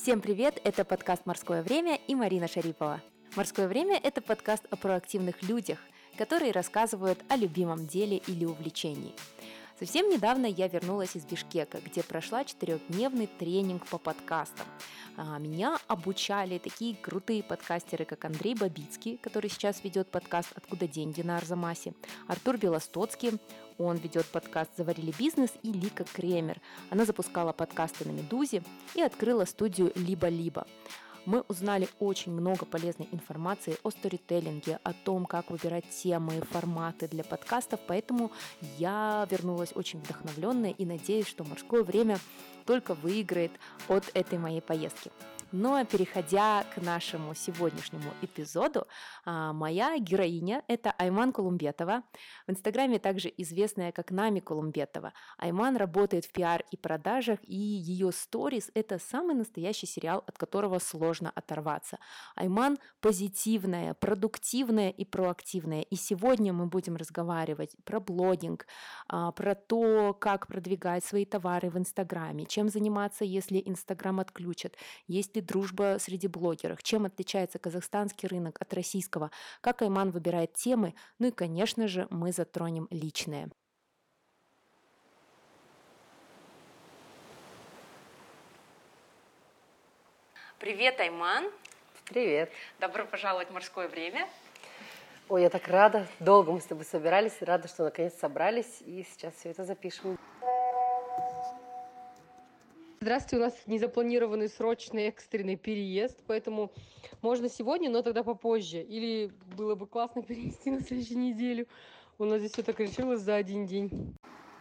Всем привет! Это подкаст «Морское время» и Марина Шарипова. «Морское время» — это подкаст о проактивных людях, которые рассказывают о любимом деле или увлечении. Совсем недавно я вернулась из Бишкека, где прошла 4-дневный тренинг по подкастам. Меня обучали такие крутые подкастеры, как Андрей Бабицкий, который сейчас ведет подкаст «Откуда деньги» на Арзамасе, Артур Белостоцкий, он ведет подкаст «Заварили бизнес», и Лика Кремер. Она запускала подкасты на «Медузе» и открыла студию «Либо-либо». Мы узнали очень много полезной информации о сторителлинге, о том, как выбирать темы, форматы для подкастов, поэтому я вернулась очень вдохновленная и надеюсь, что «Морское время» только выиграет от этой моей поездки. Ну а переходя к нашему сегодняшнему эпизоду, моя героиня – это Айман Кулумбетова, в Инстаграме также известная как Нами Кулумбетова. Айман работает в пиар и продажах, и ее сторис – это самый настоящий сериал, от которого сложно оторваться. Айман позитивная, продуктивная и проактивная. И сегодня мы будем разговаривать про блогинг, про то, как продвигать свои товары в Инстаграме, чем заниматься, если Инстаграм отключат, есть ли дружба среди блогеров, чем отличается казахстанский рынок от российского, как Айман выбирает темы, ну и, конечно же, мы затронем личное. Привет, Айман. Привет. Добро пожаловать в «Морское время». Ой, я так рада. Долго мы с тобой собирались. Рада, что наконец собрались. И сейчас все это запишем. Здравствуйте, у нас незапланированный срочный экстренный переезд, поэтому можно сегодня, но тогда попозже. Или было бы классно перенести на следующую неделю. У нас здесь все так решилось за один день.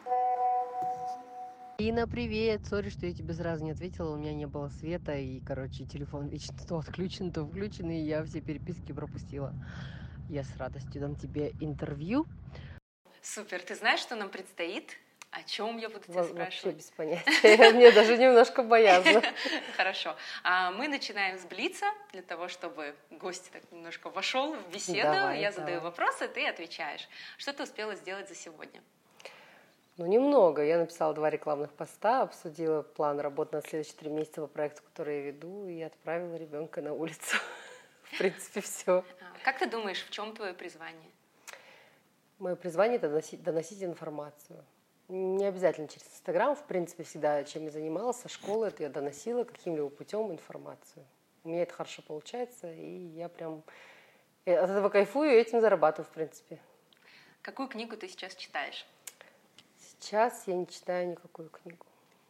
Инна, привет. Сори, что я тебе сразу не ответила. У меня не было света, и, телефон вечно то отключен, то включен, и я все переписки пропустила. Я с радостью дам тебе интервью. Супер. Ты знаешь, что нам предстоит? О чем я буду тебя спрашивать? Вообще без понятия. Мне даже немножко боязно. Хорошо. Мы начинаем с блица, для того, чтобы гость так немножко вошел в беседу. Я задаю вопросы, ты отвечаешь. Что ты успела сделать за сегодня? Немного. Я написала 2 рекламных поста, обсудила план работы на следующие 3 месяца по проекту, который я веду, и отправила ребенка на улицу. В принципе, все. Как ты думаешь, в чем твое призвание? Мое призвание – это доносить информацию. Не обязательно через Инстаграм. В принципе, всегда, чем я занималась, со школы, это я доносила каким-либо путем информацию. У меня это хорошо получается, и я прям от этого кайфую и этим зарабатываю, в принципе. Какую книгу ты сейчас читаешь? Сейчас я не читаю никакую книгу.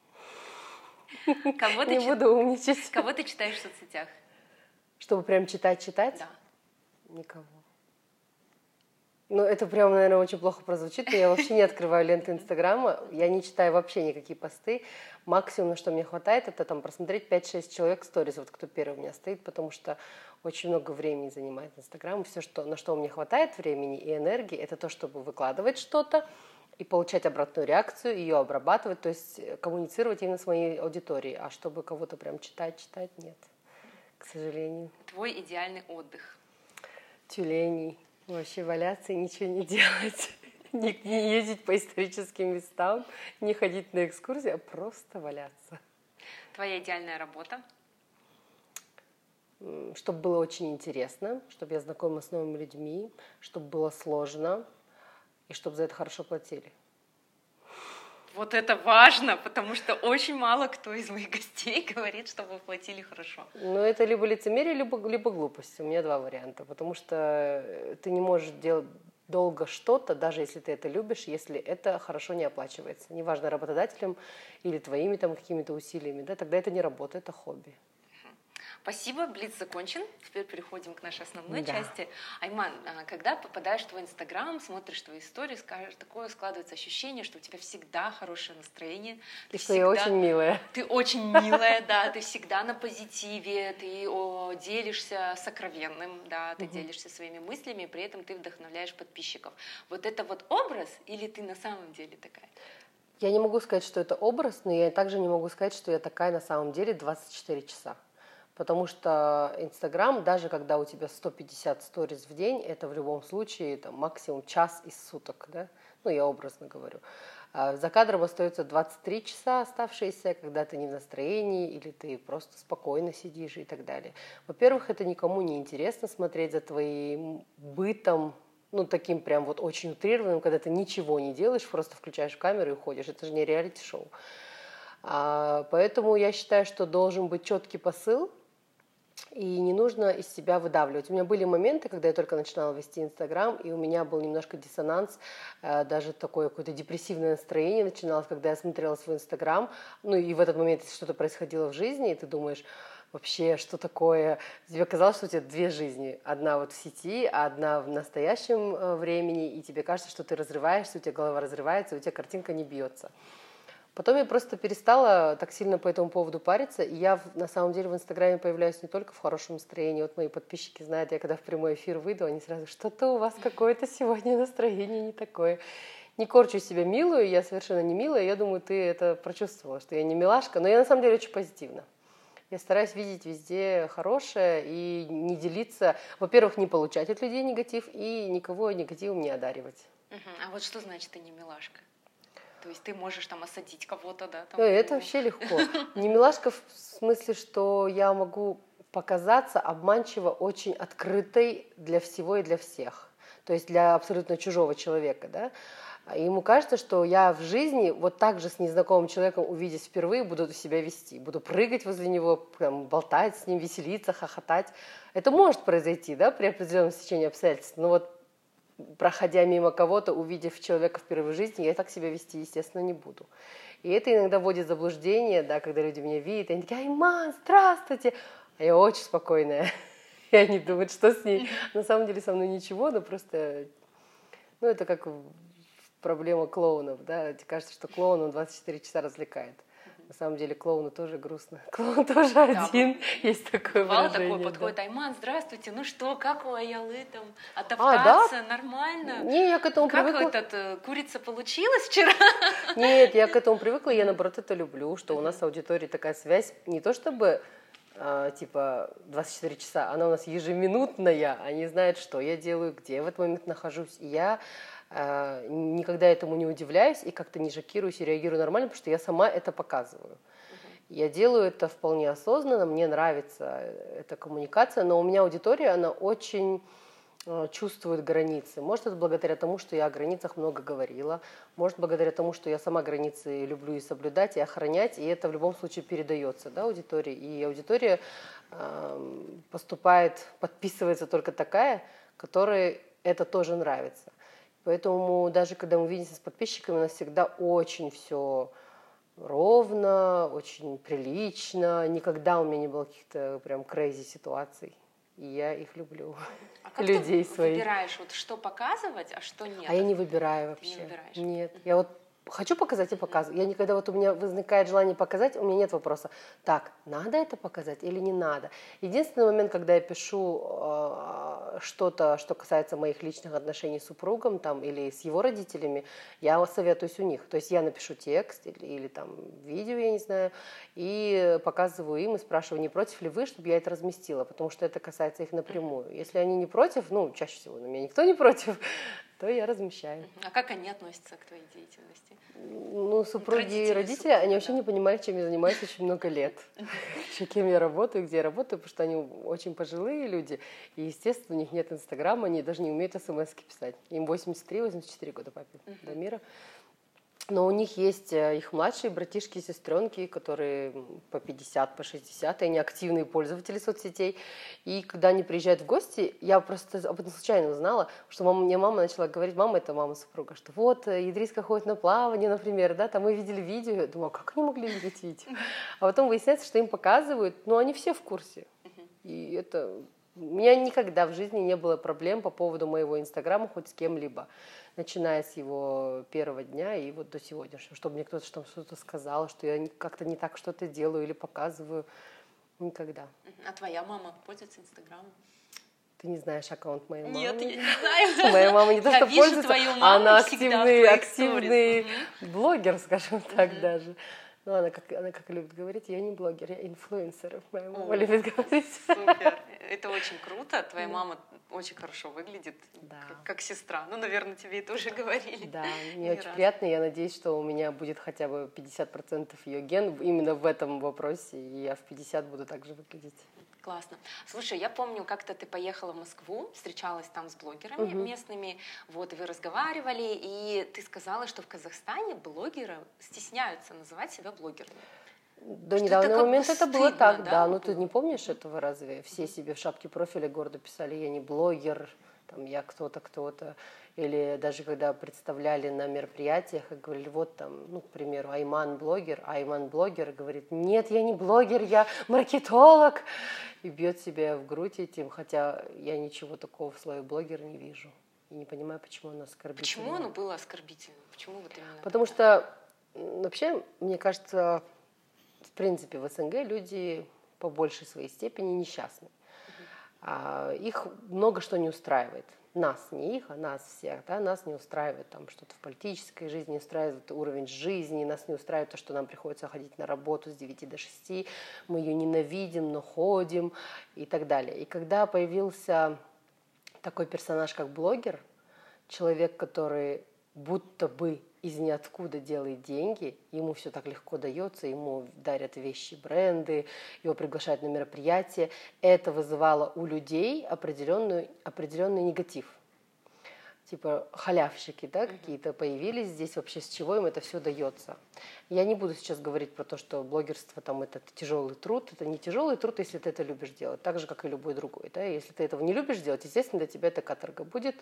Не буду умничать. Кого ты читаешь в соцсетях? Чтобы прям читать? Да. Никого. Это прям, наверное, очень плохо прозвучит, но я вообще не открываю ленты Инстаграма, я не читаю вообще никакие посты. Максимум, на что мне хватает, это просмотреть 5-6 человек сторис, кто первый у меня стоит, потому что очень много времени занимает Инстаграм. Все, на что у меня хватает времени и энергии, это то, чтобы выкладывать что-то и получать обратную реакцию, ее обрабатывать, то есть коммуницировать именно с моей аудиторией. А чтобы кого-то прям читать, нет, к сожалению. Твой идеальный отдых? Тюленей. Вообще валяться и ничего не делать. Не ездить по историческим местам, не ходить на экскурсии, а просто валяться. Твоя идеальная работа? Чтобы было очень интересно, чтобы я знакомилась с новыми людьми, чтобы было сложно и чтобы за это хорошо платили. Вот это важно, потому что очень мало кто из моих гостей говорит, чтобы платили хорошо. Это либо лицемерие, либо глупость. У меня 2 варианта, потому что ты не можешь делать долго что-то, даже если ты это любишь, если это хорошо не оплачивается. Неважно, работодателем или твоими какими-то усилиями, тогда это не работа, это хобби. Спасибо, блиц закончен. Теперь переходим к нашей основной части. Айман, когда попадаешь в твой Инстаграм, смотришь твои истории, такое складывается ощущение, что у тебя всегда хорошее настроение. И что я очень милая. Ты очень милая, да, ты всегда на позитиве, ты делишься сокровенным, да, ты делишься своими мыслями, и при этом ты вдохновляешь подписчиков. Вот это образ или ты на самом деле такая? Я не могу сказать, что это образ, но я также не могу сказать, что я такая на самом деле 24 часа. Потому что Инстаграм, даже когда у тебя 150 сториз в день, это в любом случае максимум час из суток, да? Я образно говорю. А за кадром остается 23 часа оставшиеся, когда ты не в настроении или ты просто спокойно сидишь и так далее. Во-первых, это никому не интересно смотреть за твоим бытом, ну, таким прям вот очень утрированным, когда ты ничего не делаешь, просто включаешь камеру и уходишь. Это же не реалити-шоу. Поэтому я считаю, что должен быть четкий посыл, и не нужно из себя выдавливать. У меня были моменты, когда я только начинала вести Инстаграм, и у меня был немножко диссонанс, даже такое какое-то депрессивное настроение начиналось, когда я смотрела свой Инстаграм, ну и в этот момент что-то происходило в жизни, и ты думаешь, вообще, что такое? Тебе казалось, что у тебя две жизни. Одна вот в сети, а одна в настоящем времени, и тебе кажется, что ты разрываешься, у тебя голова разрывается, у тебя картинка не бьется. Потом я просто перестала так сильно по этому поводу париться, и я на самом деле в Инстаграме появляюсь не только в хорошем настроении. Вот мои подписчики знают, я когда в прямой эфир выйду, они сразу, что-то у вас какое-то сегодня настроение не такое. Не корчу себя милую, я совершенно не милая, я думаю, ты это прочувствовала, что я не милашка, но я на самом деле очень позитивна. Я стараюсь видеть везде хорошее и не делиться, во-первых, не получать от людей негатив и никого негативом не одаривать. А вот что значит ты не милашка? То есть ты можешь там осадить кого-то, да? Там, это вообще легко. Не милашка в смысле, что я могу показаться обманчиво очень открытой для всего и для всех. То есть для абсолютно чужого человека, да? Ему кажется, что я в жизни вот так же с незнакомым человеком, увидясь впервые, буду себя вести. Буду прыгать возле него, прям, болтать с ним, веселиться, хохотать. Это может произойти, да, при определенном стечении обстоятельств. Но вот проходя мимо кого-то, увидев человека впервые в жизни, я так себя вести, естественно, не буду. И это иногда вводит в заблуждение, да, когда люди меня видят, и они такие: «Айман, здравствуйте!» А я очень спокойная. И они думают, что с ней. На самом деле со мной ничего, но просто... Ну, это как проблема клоунов, да. Тебе кажется, что клоун, он 24 часа развлекает. На самом деле клоуну тоже грустно. Клоун тоже один. Есть такое выражение. Такой подходит: «Айман, здравствуйте, ну что, как у Аялы там отдохнаться, нормально?» Не, я к этому привыкла. Как курица получилась вчера? Нет, я к этому привыкла, я наоборот это люблю, что у нас с аудиторией такая связь, не то чтобы типа 24 часа, она у нас ежеминутная, они знают, что я делаю, где я в этот момент нахожусь, и я никогда этому не удивляюсь и как-то не шокируюсь и реагирую нормально, потому что я сама это показываю. Я делаю это вполне осознанно, мне нравится эта коммуникация, но у меня аудитория, она очень чувствует границы. Может, это благодаря тому, что я о границах много говорила, может, благодаря тому, что я сама границы люблю и соблюдать, и охранять, и это в любом случае передается, да, аудитории. И аудитория поступает, подписывается только такая, которой это тоже нравится. Поэтому даже когда мы видимся с подписчиками, у нас всегда очень все ровно, очень прилично. Никогда у меня не было каких-то прям crazy ситуаций. И я их люблю. А как людей ты своих. Выбираешь, вот что показывать, а что нет? А я не выбираю вообще. Ты не выбираешь? Нет. Я вот хочу показать и показываю. Я никогда, вот у меня возникает желание показать, у меня нет вопроса, так, надо это показать или не надо. Единственный момент, когда я пишу что-то, что касается моих личных отношений с супругом там, или с его родителями, я советуюсь у них. То есть я напишу текст или там видео, я не знаю, и показываю им и спрашиваю, не против ли вы, чтобы я это разместила, потому что это касается их напрямую. Если они не против, ну, чаще всего на меня никто не против, то я размещаю. А как они относятся к твоей деятельности? Ну, супруги и родители, они вообще не понимали, чем я занимаюсь очень много лет. Еще кем я работаю, где я работаю, потому что они очень пожилые люди, и, естественно, у них нет Инстаграма, они даже не умеют смс-ки писать. Им 83-84 года папе до мира. Но у них есть их младшие братишки и сестренки, которые по 50, по 60, и они активные пользователи соцсетей. И когда они приезжают в гости, я просто об этом случайно узнала, что мне мама начала говорить, мама, это мама супруга, что вот Идриска ходит на плавание, например, да, там мы видели видео, я думала, как они могли видеть видео? А потом выясняется, что им показывают, но они все в курсе. И это... У меня никогда в жизни не было проблем по поводу моего Инстаграма хоть с кем-либо, начиная с его первого дня и вот до сегодняшнего, чтобы мне кто-то там что-то сказал, что я как-то не так что-то делаю или показываю. Никогда. А твоя мама пользуется Инстаграмом? Ты не знаешь аккаунт моей мамы? Нет, я не знаю. Моя мама не то, что пользуется, твою маму она всегда в твоих активный блогер, скажем так, даже. Ну, она как любит говорить, я не блогер, я инфлюенсер. Моя мама любит говорить. Супер. Это очень круто. Твоя мама очень хорошо выглядит, как сестра. Ну, наверное, тебе это уже говорили. Да, мне очень приятно. Я надеюсь, что у меня будет хотя бы 50% ее ген именно в этом вопросе, и я в 50 буду так же выглядеть. Классно. Слушай, я помню, как-то ты поехала в Москву, встречалась там с блогерами местными, вот, и вы разговаривали, и ты сказала, что в Казахстане блогеры стесняются называть себя блогерами. До недавнего момента это было так, да. Ну, ты не помнишь этого разве? Все себе в шапке профиля гордо писали, я не блогер, там, я кто-то, кто-то. Или даже когда представляли на мероприятиях и говорили, вот там, ну, к примеру, Айман блогер говорит, нет, я не блогер, я маркетолог, и бьет себя в грудь этим, хотя я ничего такого в слове блогер не вижу. И не понимаю, почему оно оскорбительно. Почему оно было оскорбительно? Почему вот именно? Потому что, вообще, мне кажется, в принципе, в СНГ люди по большей своей степени несчастны. Их много что не устраивает. Нас, не их, а нас всех. Да? Нас не устраивает там, что-то в политической жизни, не устраивает уровень жизни, нас не устраивает то, что нам приходится ходить на работу с 9 до 6, мы ее ненавидим, но ходим и так далее. И когда появился такой персонаж, как блогер, человек, который будто бы из ниоткуда делает деньги, ему все так легко дается, ему дарят вещи, бренды, его приглашают на мероприятия. Это вызывало у людей определенный негатив. Типа халявщики, да, какие-то появились здесь, вообще с чего им это все дается. Я не буду сейчас говорить про то, что блогерство там это тяжелый труд. Это не тяжелый труд, если ты это любишь делать, так же, как и любой другой. Да? Если ты этого не любишь делать, естественно, для тебя это каторга будет.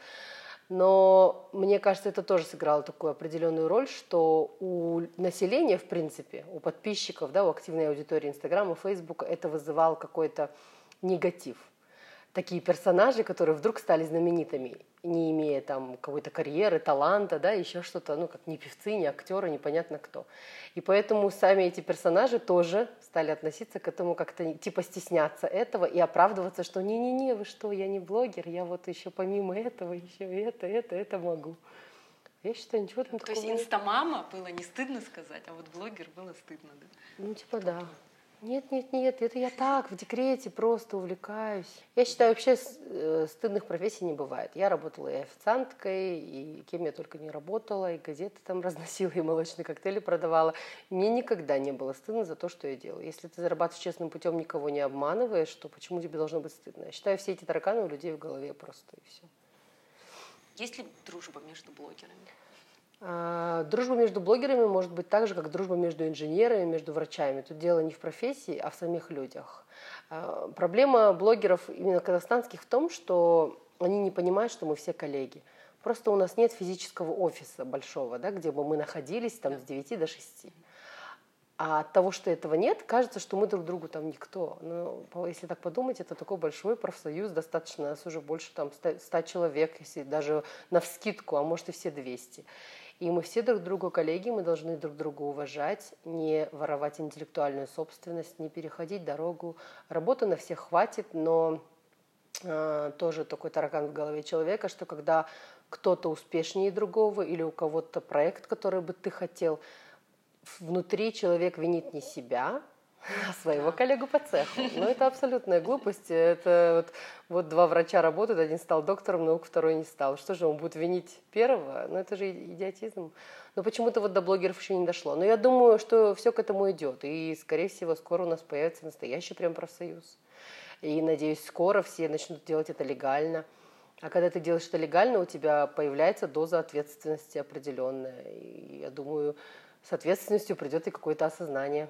Но мне кажется, это тоже сыграло такую определенную роль, что у населения, в принципе, у подписчиков, да, у активной аудитории Инстаграма, Фейсбука это вызывал какой-то негатив. Такие персонажи, которые вдруг стали знаменитыми, не имея там какой-то карьеры, таланта, да, еще что-то, ну, как ни певцы, ни актеры, непонятно кто. И поэтому сами эти персонажи тоже стали относиться к этому как-то, типа, стесняться этого и оправдываться, что не-не-не, вы что, я не блогер, я вот еще помимо этого еще это могу. Я считаю, ничего там такого нет. То есть инстамама было не стыдно сказать, а вот блогер было стыдно, да? Ну, типа, да. Нет, это я так, в декрете просто увлекаюсь. Я считаю, вообще стыдных профессий не бывает. Я работала и официанткой, и кем я только не работала, и газеты там разносила, и молочные коктейли продавала. Мне никогда не было стыдно за то, что я делаю. Если ты зарабатываешь честным путем, никого не обманываешь, то почему тебе должно быть стыдно? Я считаю, все эти тараканы у людей в голове просто, и все. Есть ли дружба между блогерами? Дружба между блогерами может быть так же, как дружба между инженерами, между врачами. Тут дело не в профессии, а в самих людях. Проблема блогеров именно казахстанских в том, что они не понимают, что мы все коллеги. Просто у нас нет физического офиса большого, да, где бы мы находились там, с 9 до 6. А от того, что этого нет, кажется, что мы друг другу там никто. Но если так подумать, это такой большой профсоюз, достаточно, нас уже больше там 100 человек, если даже навскидку, а может и все 200. И мы все друг другу коллеги, мы должны друг друга уважать, не воровать интеллектуальную собственность, не переходить дорогу. Работы на всех хватит, но тоже такой таракан в голове человека, что когда кто-то успешнее другого или у кого-то проект, который бы ты хотел, внутри человек винит не себя, а своего коллегу по цеху. Но это абсолютная глупость. Это вот два врача работают, один стал доктором наук, второй не стал. Что же, он будет винить первого? Ну, это же идиотизм. Но почему-то вот до блогеров еще не дошло. Но я думаю, что все к этому идет. И, скорее всего, скоро у нас появится настоящий прям профсоюз. И, надеюсь, скоро все начнут делать это легально. А когда ты делаешь это легально, у тебя появляется доза ответственности определенная. И я думаю, с ответственностью придет и какое-то осознание.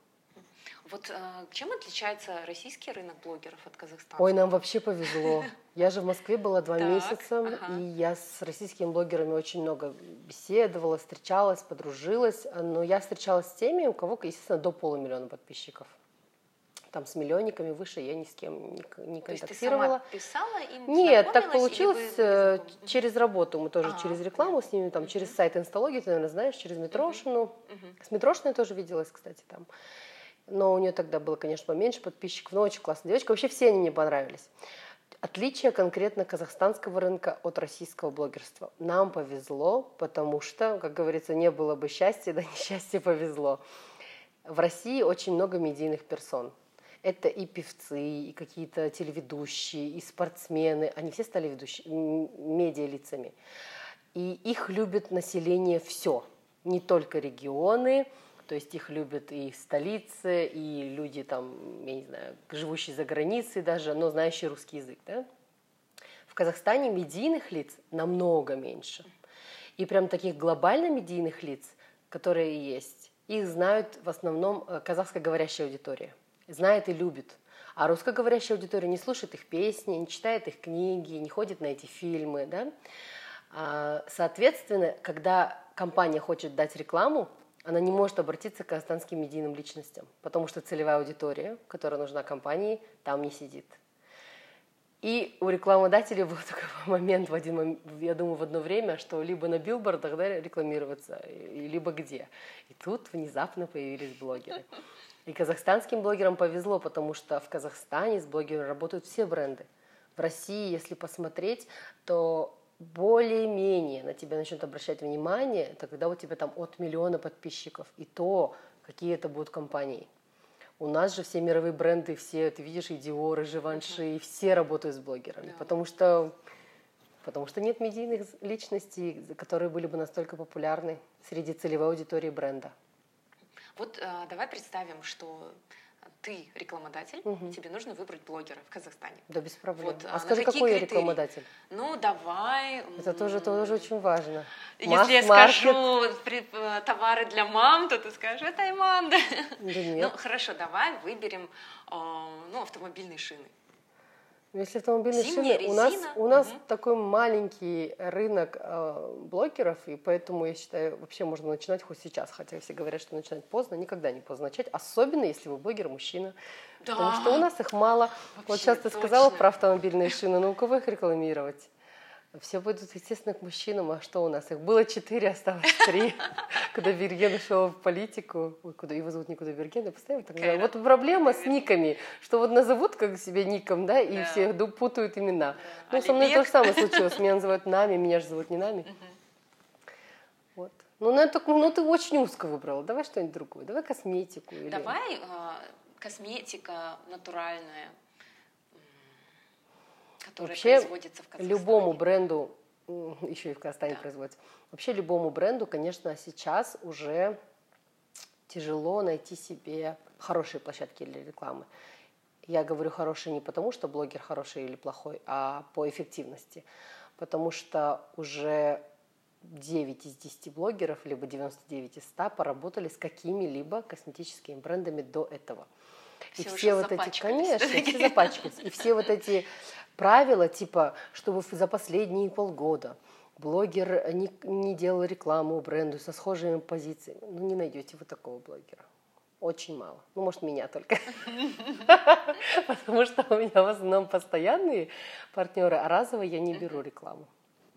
Вот чем отличается российский рынок блогеров от казахстанского? Ой, нам вообще повезло. Я же в Москве была 2 месяца, и я с российскими блогерами очень много беседовала, встречалась, подружилась. Но я встречалась с теми, у кого, естественно, до 500 000 подписчиков. Там с миллионниками выше я ни с кем не контактировала. То есть ты сама писала им? Нет, так получилось через работу. Мы тоже через рекламу с ними, там, через сайт Инсталогии, ты, наверное, знаешь, через Митрошину. С Митрошиной тоже виделась, кстати, там. Но у нее тогда было, конечно, поменьше подписчиков, но очень классная девочка. Вообще все они мне понравились. Отличие конкретно казахстанского рынка от российского блогерства. Нам повезло, потому что, как говорится, не было бы счастья, да несчастье повезло. В России очень много медийных персон. Это и певцы, и какие-то телеведущие, и спортсмены. Они все стали медиалицами. И их любит население все, не только регионы, то есть их любят и столицы, и люди там, я не знаю, живущие за границей даже, но знающие русский язык, да? В Казахстане медийных лиц намного меньше. И прям таких глобально медийных лиц, которые есть, их знают в основном казахскоговорящая аудитория. Знает и любит. А русскоговорящая аудитория не слушает их песни, не читает их книги, не ходит на эти фильмы, да? Соответственно, когда компания хочет дать рекламу, она не может обратиться к казахстанским медийным личностям, потому что целевая аудитория, которая нужна компании, там не сидит. И у рекламодателей был такой момент, я думаю, в одно время, что либо на билбордах, да, рекламироваться, либо где. И тут внезапно появились блогеры. И казахстанским блогерам повезло, потому что в Казахстане с блогерами работают все бренды. В России, если посмотреть, то более-менее на тебя начнут обращать внимание, это когда у тебя там от 1 миллиона подписчиков, и то, какие это будут компании. У нас же все мировые бренды, все, ты видишь, и Dior, и Givenchy, и все работают с блогерами, да. потому что нет медийных личностей, которые были бы настолько популярны среди целевой аудитории бренда. Вот давай представим, что ты рекламодатель, тебе нужно выбрать блогера в Казахстане. Да, без проблем. Вот, скажи, какой я рекламодатель? Ну, давай... Это тоже очень важно. Если я скажу товары для мам, то ты скажешь, это Айман. Да нет. Ну, хорошо, давай выберем автомобильные шины. Если автомобильные шины, у нас такой маленький рынок блогеров, и поэтому, я считаю, вообще можно начинать хоть сейчас, хотя все говорят, что начинать поздно, никогда не поздно начать, особенно если вы блогер-мужчина, да. Потому что у нас их мало. Вообще, вот сейчас ты сказала про автомобильные шины, но у кого их рекламировать? Все будут, естественно, к мужчинам, а что у нас? Их было 4, осталось 3. Когда Верген ушел в политику, его зовут никуда Верген, я постоянно так говорю. Вот проблема с никами, что вот назовут как себя ником, да, и все путают имена. Ну, со мной то же самое случилось. Меня называют Нами, меня же зовут не Нами. Вот. Ну, ты очень узко выбрала. Давай что-нибудь другое. Давай косметику. Давай косметика натуральная. Вообще, любому бренду, еще и в Казахстане производится, вообще любому бренду, конечно, сейчас уже тяжело найти себе хорошие площадки для рекламы. Я говорю хорошие не потому, что блогер хороший или плохой, а по эффективности. Потому что уже 9 из 10 блогеров, либо 99 из 100 поработали с какими-либо косметическими брендами до этого. И все вот эти, конечно, все запачкались. И все вот эти правила, типа, чтобы за последние полгода блогер не делал рекламу бренду со схожими позициями. Ну, не найдете вы такого блогера. Очень мало. Ну, может, меня только. Потому что у меня в основном постоянные партнеры, а разово я не беру рекламу.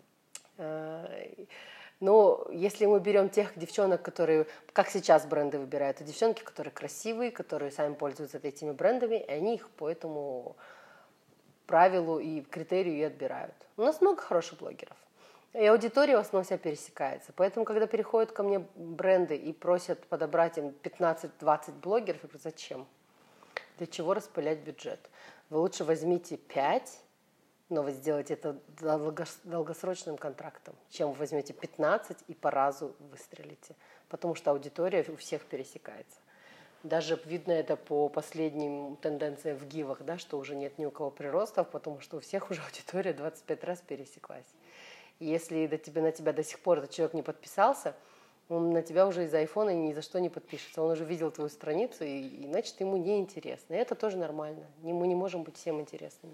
Но если мы берем тех девчонок, которые, как сейчас бренды выбирают, это девчонки, которые красивые, которые сами пользуются этими брендами, и они их по этому правилу и критерию и отбирают. У нас много хороших блогеров. И аудитория в основном вся пересекается. Поэтому, когда переходят ко мне бренды и просят подобрать им 15-20 блогеров, я говорю, зачем? Для чего распылять бюджет? Вы лучше возьмите 5, но вы сделаете это долгосрочным контрактом, чем вы возьмете 15 и по разу выстрелите. Потому что аудитория у всех пересекается. Даже видно это по последним тенденциям в гивах, да, что уже нет ни у кого приростов, потому что у всех уже аудитория 25 раз пересеклась. И если на тебя до сих пор этот человек не подписался, он на тебя уже из-за айфона ни за что не подпишется. Он уже видел твою страницу, и значит, ему неинтересно. И это тоже нормально. Мы не можем быть всем интересными.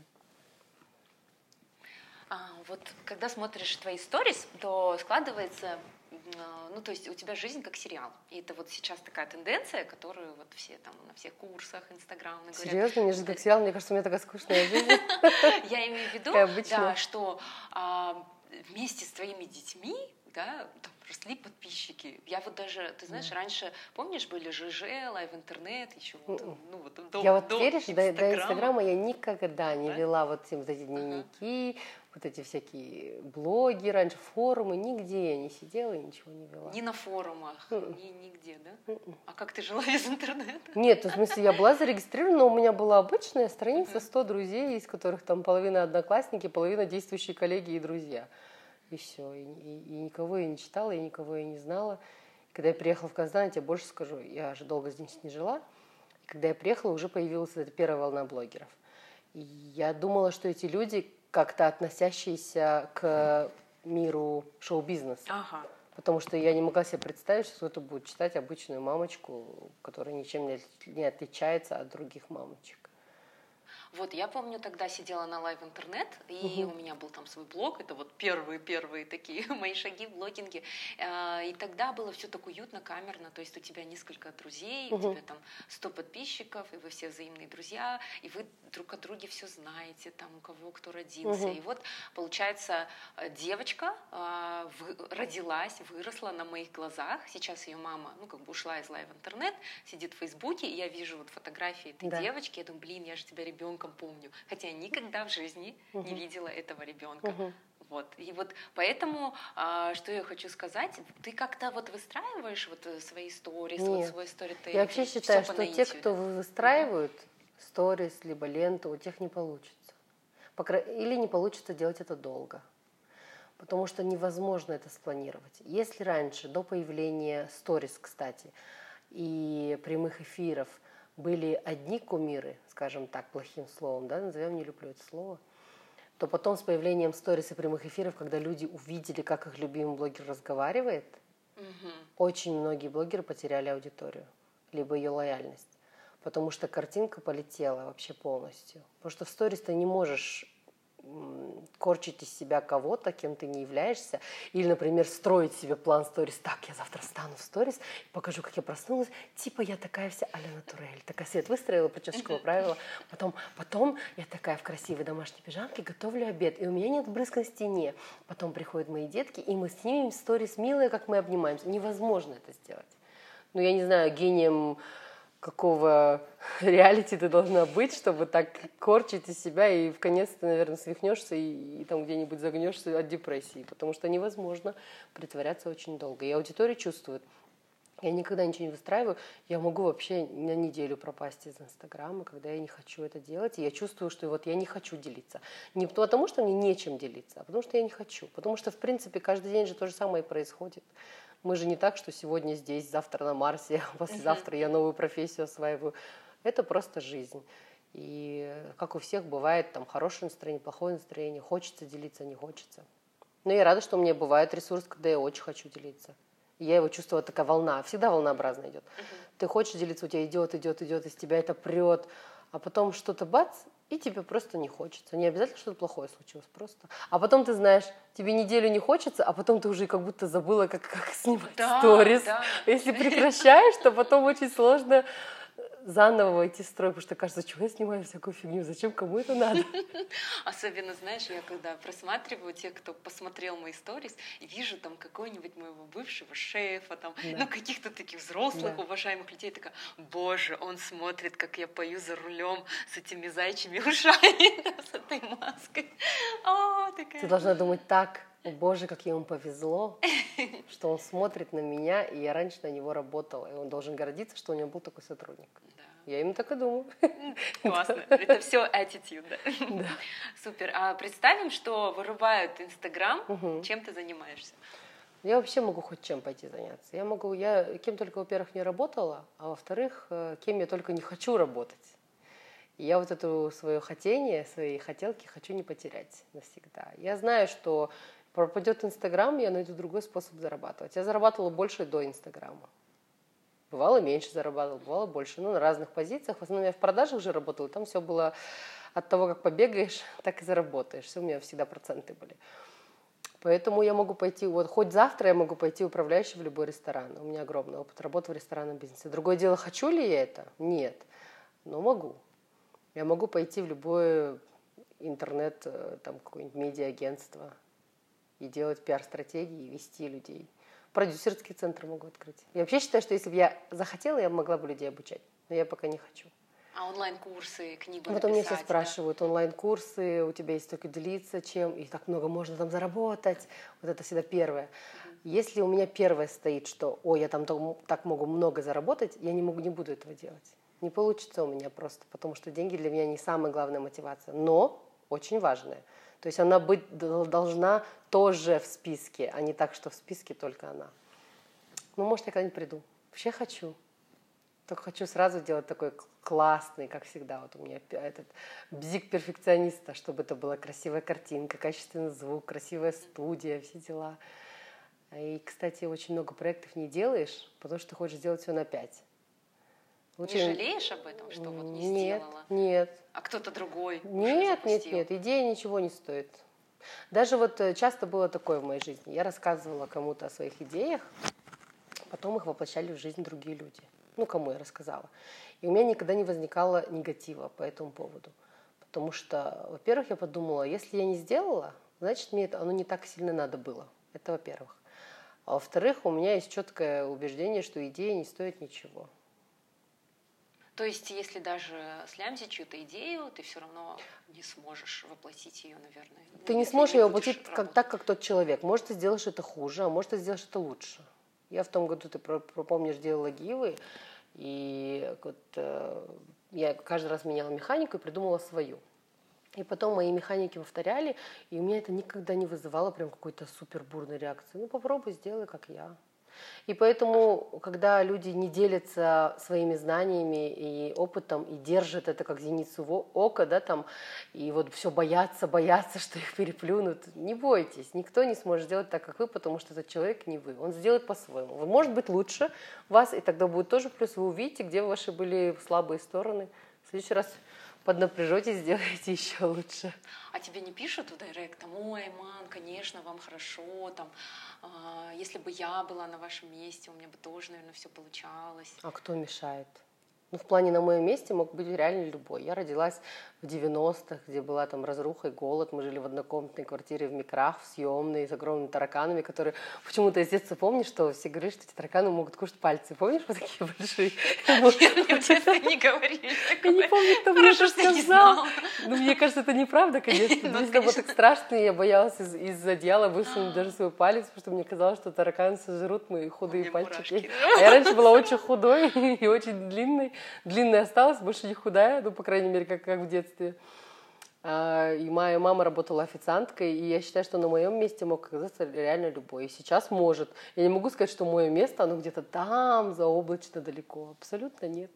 Вот когда смотришь твои сторис, то складывается, ну, то есть у тебя жизнь как сериал. И это вот сейчас такая тенденция, которую вот все там на всех курсах, Инстаграм говорят. Серьезно? Мне жизнь как сериал? Мне кажется, у меня такая скучная жизнь. Я имею в виду, да, что вместе с твоими детьми, да, там, росли подписчики. Я вот даже, ты знаешь, раньше, помнишь, были ЖЖ, Лайв Интернет, еще вот, ну вот Я вот, до веришь, до Инстаграма я никогда не Да? вела вот эти дневники, вот эти всякие блоги раньше, форумы, нигде я не сидела и ничего не вела. Ни на форумах, нигде, да? А как ты жила без интернета? Нет, в смысле, я была зарегистрирована, но у меня была обычная страница, 100 друзей, из которых там половина одноклассники, половина действующие коллеги и друзья. И все. И никого я не читала, и никого я не знала. И когда я приехала в Казань, я тебе больше скажу, я же долго здесь не жила. И когда я приехала, уже появилась эта первая волна блогеров. И я думала, что эти люди как-то относящиеся к миру шоу-бизнеса. Ага. Потому что я не могла себе представить, что кто-то будет читать обычную мамочку, которая ничем не отличается от других мамочек. Вот, я помню, тогда сидела на Лайв Интернет, и у меня был там свой блог, это вот первые такие мои шаги в блогинге, и тогда было все так уютно, камерно, то есть у тебя несколько друзей, у тебя там 100 подписчиков, и вы все взаимные друзья, и вы друг о друге все знаете, там у кого кто родился, и вот, получается, девочка родилась, выросла на моих глазах, сейчас ее мама, ну, как бы ушла из Лайв Интернет, сидит в Фейсбуке, и я вижу вот фотографии этой девочки, я думаю, блин, я же тебя ребенком помню, хотя я никогда в жизни не видела этого ребенка. Вот. И вот поэтому, что я хочу сказать, ты как-то вот выстраиваешь вот свои сторис, вот свой сторителлинг? Я вообще считаю, что те, кто выстраивают сторис, либо ленту, у тех не получится. Или не получится делать это долго. Потому что невозможно это спланировать. Если раньше, до появления сторис, кстати, и прямых эфиров, были одни кумиры, скажем так, плохим словом, да, назовем, не люблю это слово, то потом с появлением сторис и прямых эфиров, когда люди увидели, как их любимый блогер разговаривает, очень многие блогеры потеряли аудиторию, либо ее лояльность, потому что картинка полетела вообще полностью. Потому что в сторис ты не можешь корчить из себя кого-то, кем ты не являешься, или, например, строить себе план сторис. Так, я завтра встану в сторис, покажу, как я проснулась, типа я такая вся а-ля натурель, такая свет выстроила, причесочку поправила, потом я такая в красивой домашней пижамке готовлю обед, и у меня нет брызг на стене. Потом приходят мои детки, и мы снимем сторис милые, как мы обнимаемся. Невозможно это сделать. Ну, я не знаю, гением какого реалити ты должна быть, чтобы так корчить из себя, и в конец ты, наверное, свихнешься и там где-нибудь загнешься от депрессии, потому что невозможно притворяться очень долго. И аудитория чувствует. Я никогда ничего не выстраиваю, я могу вообще на неделю пропасть из Инстаграма, когда я не хочу это делать, и я чувствую, что вот я не хочу делиться. Не потому, что мне нечем делиться, а потому что я не хочу. Потому что, в принципе, каждый день же то же самое и происходит. Мы же не так, что сегодня здесь, завтра на Марсе, а послезавтра я новую профессию осваиваю. Это просто жизнь. И как у всех бывает там хорошее настроение, плохое настроение, хочется делиться, не хочется. Но я рада, что у меня бывает ресурс, когда я очень хочу делиться. И я его чувствую, такая волна, всегда волнообразно идет. Ты хочешь делиться, у тебя идет, из тебя это прет, а потом что-то бац, и тебе просто не хочется. Не обязательно что-то плохое случилось, просто. А потом ты знаешь, тебе неделю не хочется, а потом ты уже как будто забыла, как снимать сторис. Да. Если прекращаешь, то потом очень сложно заново войти в строй, потому что кажется, чего я снимаю всякую фигню, зачем, кому это надо? Особенно, знаешь, я когда просматриваю тех, кто посмотрел мои сторис, и вижу там какого-нибудь моего бывшего шефа, там, ну, каких-то таких взрослых, уважаемых людей, такая, боже, он смотрит, как я пою за рулем с этими зайчими ушами, с этой маской. Ты должна думать так, о боже, как ему повезло, что он смотрит на меня, и я раньше на него работала, и он должен гордиться, что у него был такой сотрудник. Да. Я именно так и думаю. Классно. Это все attitude, да? Супер. А представим, что вырубают Инстаграм, чем ты занимаешься? Я вообще могу хоть чем пойти заняться. Я кем только, во-первых, не работала, а во-вторых, кем я только не хочу работать. И я вот это свое хотение, свои хотелки хочу не потерять навсегда. Я знаю, что пропадет Инстаграм, я найду другой способ зарабатывать. Я зарабатывала больше до Инстаграма. Бывало меньше зарабатывала, бывало больше. Ну, на разных позициях. В основном я в продажах уже работала. Там все было от того, как побегаешь, так и заработаешь. Все у меня всегда проценты были. Поэтому я могу пойти, вот хоть завтра я могу пойти управляющей в любой ресторан. У меня огромный опыт работы в ресторанном бизнесе. Другое дело, хочу ли я это? Нет. Но могу. Я могу пойти в любое интернет, там какое-нибудь медиа-агентство и делать пиар-стратегии, и вести людей. Продюсерский центр могу открыть. Я вообще считаю, что если бы я захотела, я могла бы людей обучать. Но я пока не хочу. А онлайн-курсы, книгу Вот написать? у меня все спрашивают, онлайн-курсы, у тебя есть только делиться чем, и так много можно там заработать. Вот это всегда первое. Если у меня первое стоит, что, ой, я там так могу много заработать, я не буду этого делать. Не получится у меня просто, потому что деньги для меня не самая главная мотивация, но очень важная. То есть она быть должна тоже в списке, а не так, что в списке только она. Ну, может, я когда-нибудь приду. Вообще хочу. Только хочу сразу делать такой классный, как всегда. Вот у меня этот бзик перфекциониста, чтобы это была красивая картинка, качественный звук, красивая студия, все дела. И, кстати, очень много проектов не делаешь, потому что ты хочешь сделать все на 5. Лучше... Не жалеешь об этом, что вот не сделала? Нет. А кто-то другой Нет. Идея ничего не стоит. Даже вот часто было такое в моей жизни. Я рассказывала кому-то о своих идеях, потом их воплощали в жизнь другие люди. Ну, кому я рассказала. И у меня никогда не возникало негатива по этому поводу. Потому что, во-первых, я подумала, если я не сделала, значит, мне оно не так сильно надо было. Это во-первых. А во-вторых, у меня есть четкое убеждение, что идея не стоит ничего. То есть, если даже слямзить чью-то идею, ты все равно не сможешь воплотить ее, наверное. Ты не сможешь ее воплотить так, как тот человек. Может, ты сделаешь это хуже, а может, ты сделаешь это лучше. Я в том году, ты помнишь, делала гивы, и вот, я каждый раз меняла механику и придумала свою. И потом мои механики повторяли, и у меня это никогда не вызывало прям какой-то супер бурной реакции. Ну, попробуй, сделай, как я. И поэтому, когда люди не делятся своими знаниями и опытом, и держат это как зеницу ока, да, там, и вот все боятся, что их переплюнут, не бойтесь, никто не сможет сделать так, как вы, потому что этот человек не вы, он сделает по-своему. Вы, может быть, лучше вас, и тогда будет тоже плюс, вы увидите, где ваши были слабые стороны. В следующий раз поднапряжетесь, сделаете еще лучше. А тебе не пишут в директ, там, ой, Айман, конечно, вам хорошо, там, если бы я была на вашем месте, у меня бы тоже, наверное, все получалось. А кто мешает? Ну, в плане на моем месте мог быть реально любой. Я родилась в 90-х, где была там разруха и голод. Мы жили в однокомнатной квартире в Микрах, в съемной, с огромными тараканами, которые... Почему-то из детства помню, что все говорят, что эти тараканы могут кушать пальцы. Помнишь, вот такие большие? Мне в детстве не говорили. Я не помню, кто мне это сказал. Ну, мне кажется, это неправда, конечно. Мне было так страшно, и я боялась из одеяла высунуть даже свой палец, потому что мне казалось, что тараканы сожрут мои худые пальчики. А я раньше была очень худой и очень длинной. Длинная осталась, больше не худая, ну, по крайней мере, как в детстве. И моя мама работала официанткой, и я считаю, что на моем месте мог оказаться реально любой. И сейчас может. Я не могу сказать, что мое место, оно где-то там, заоблачно далеко. Абсолютно нет.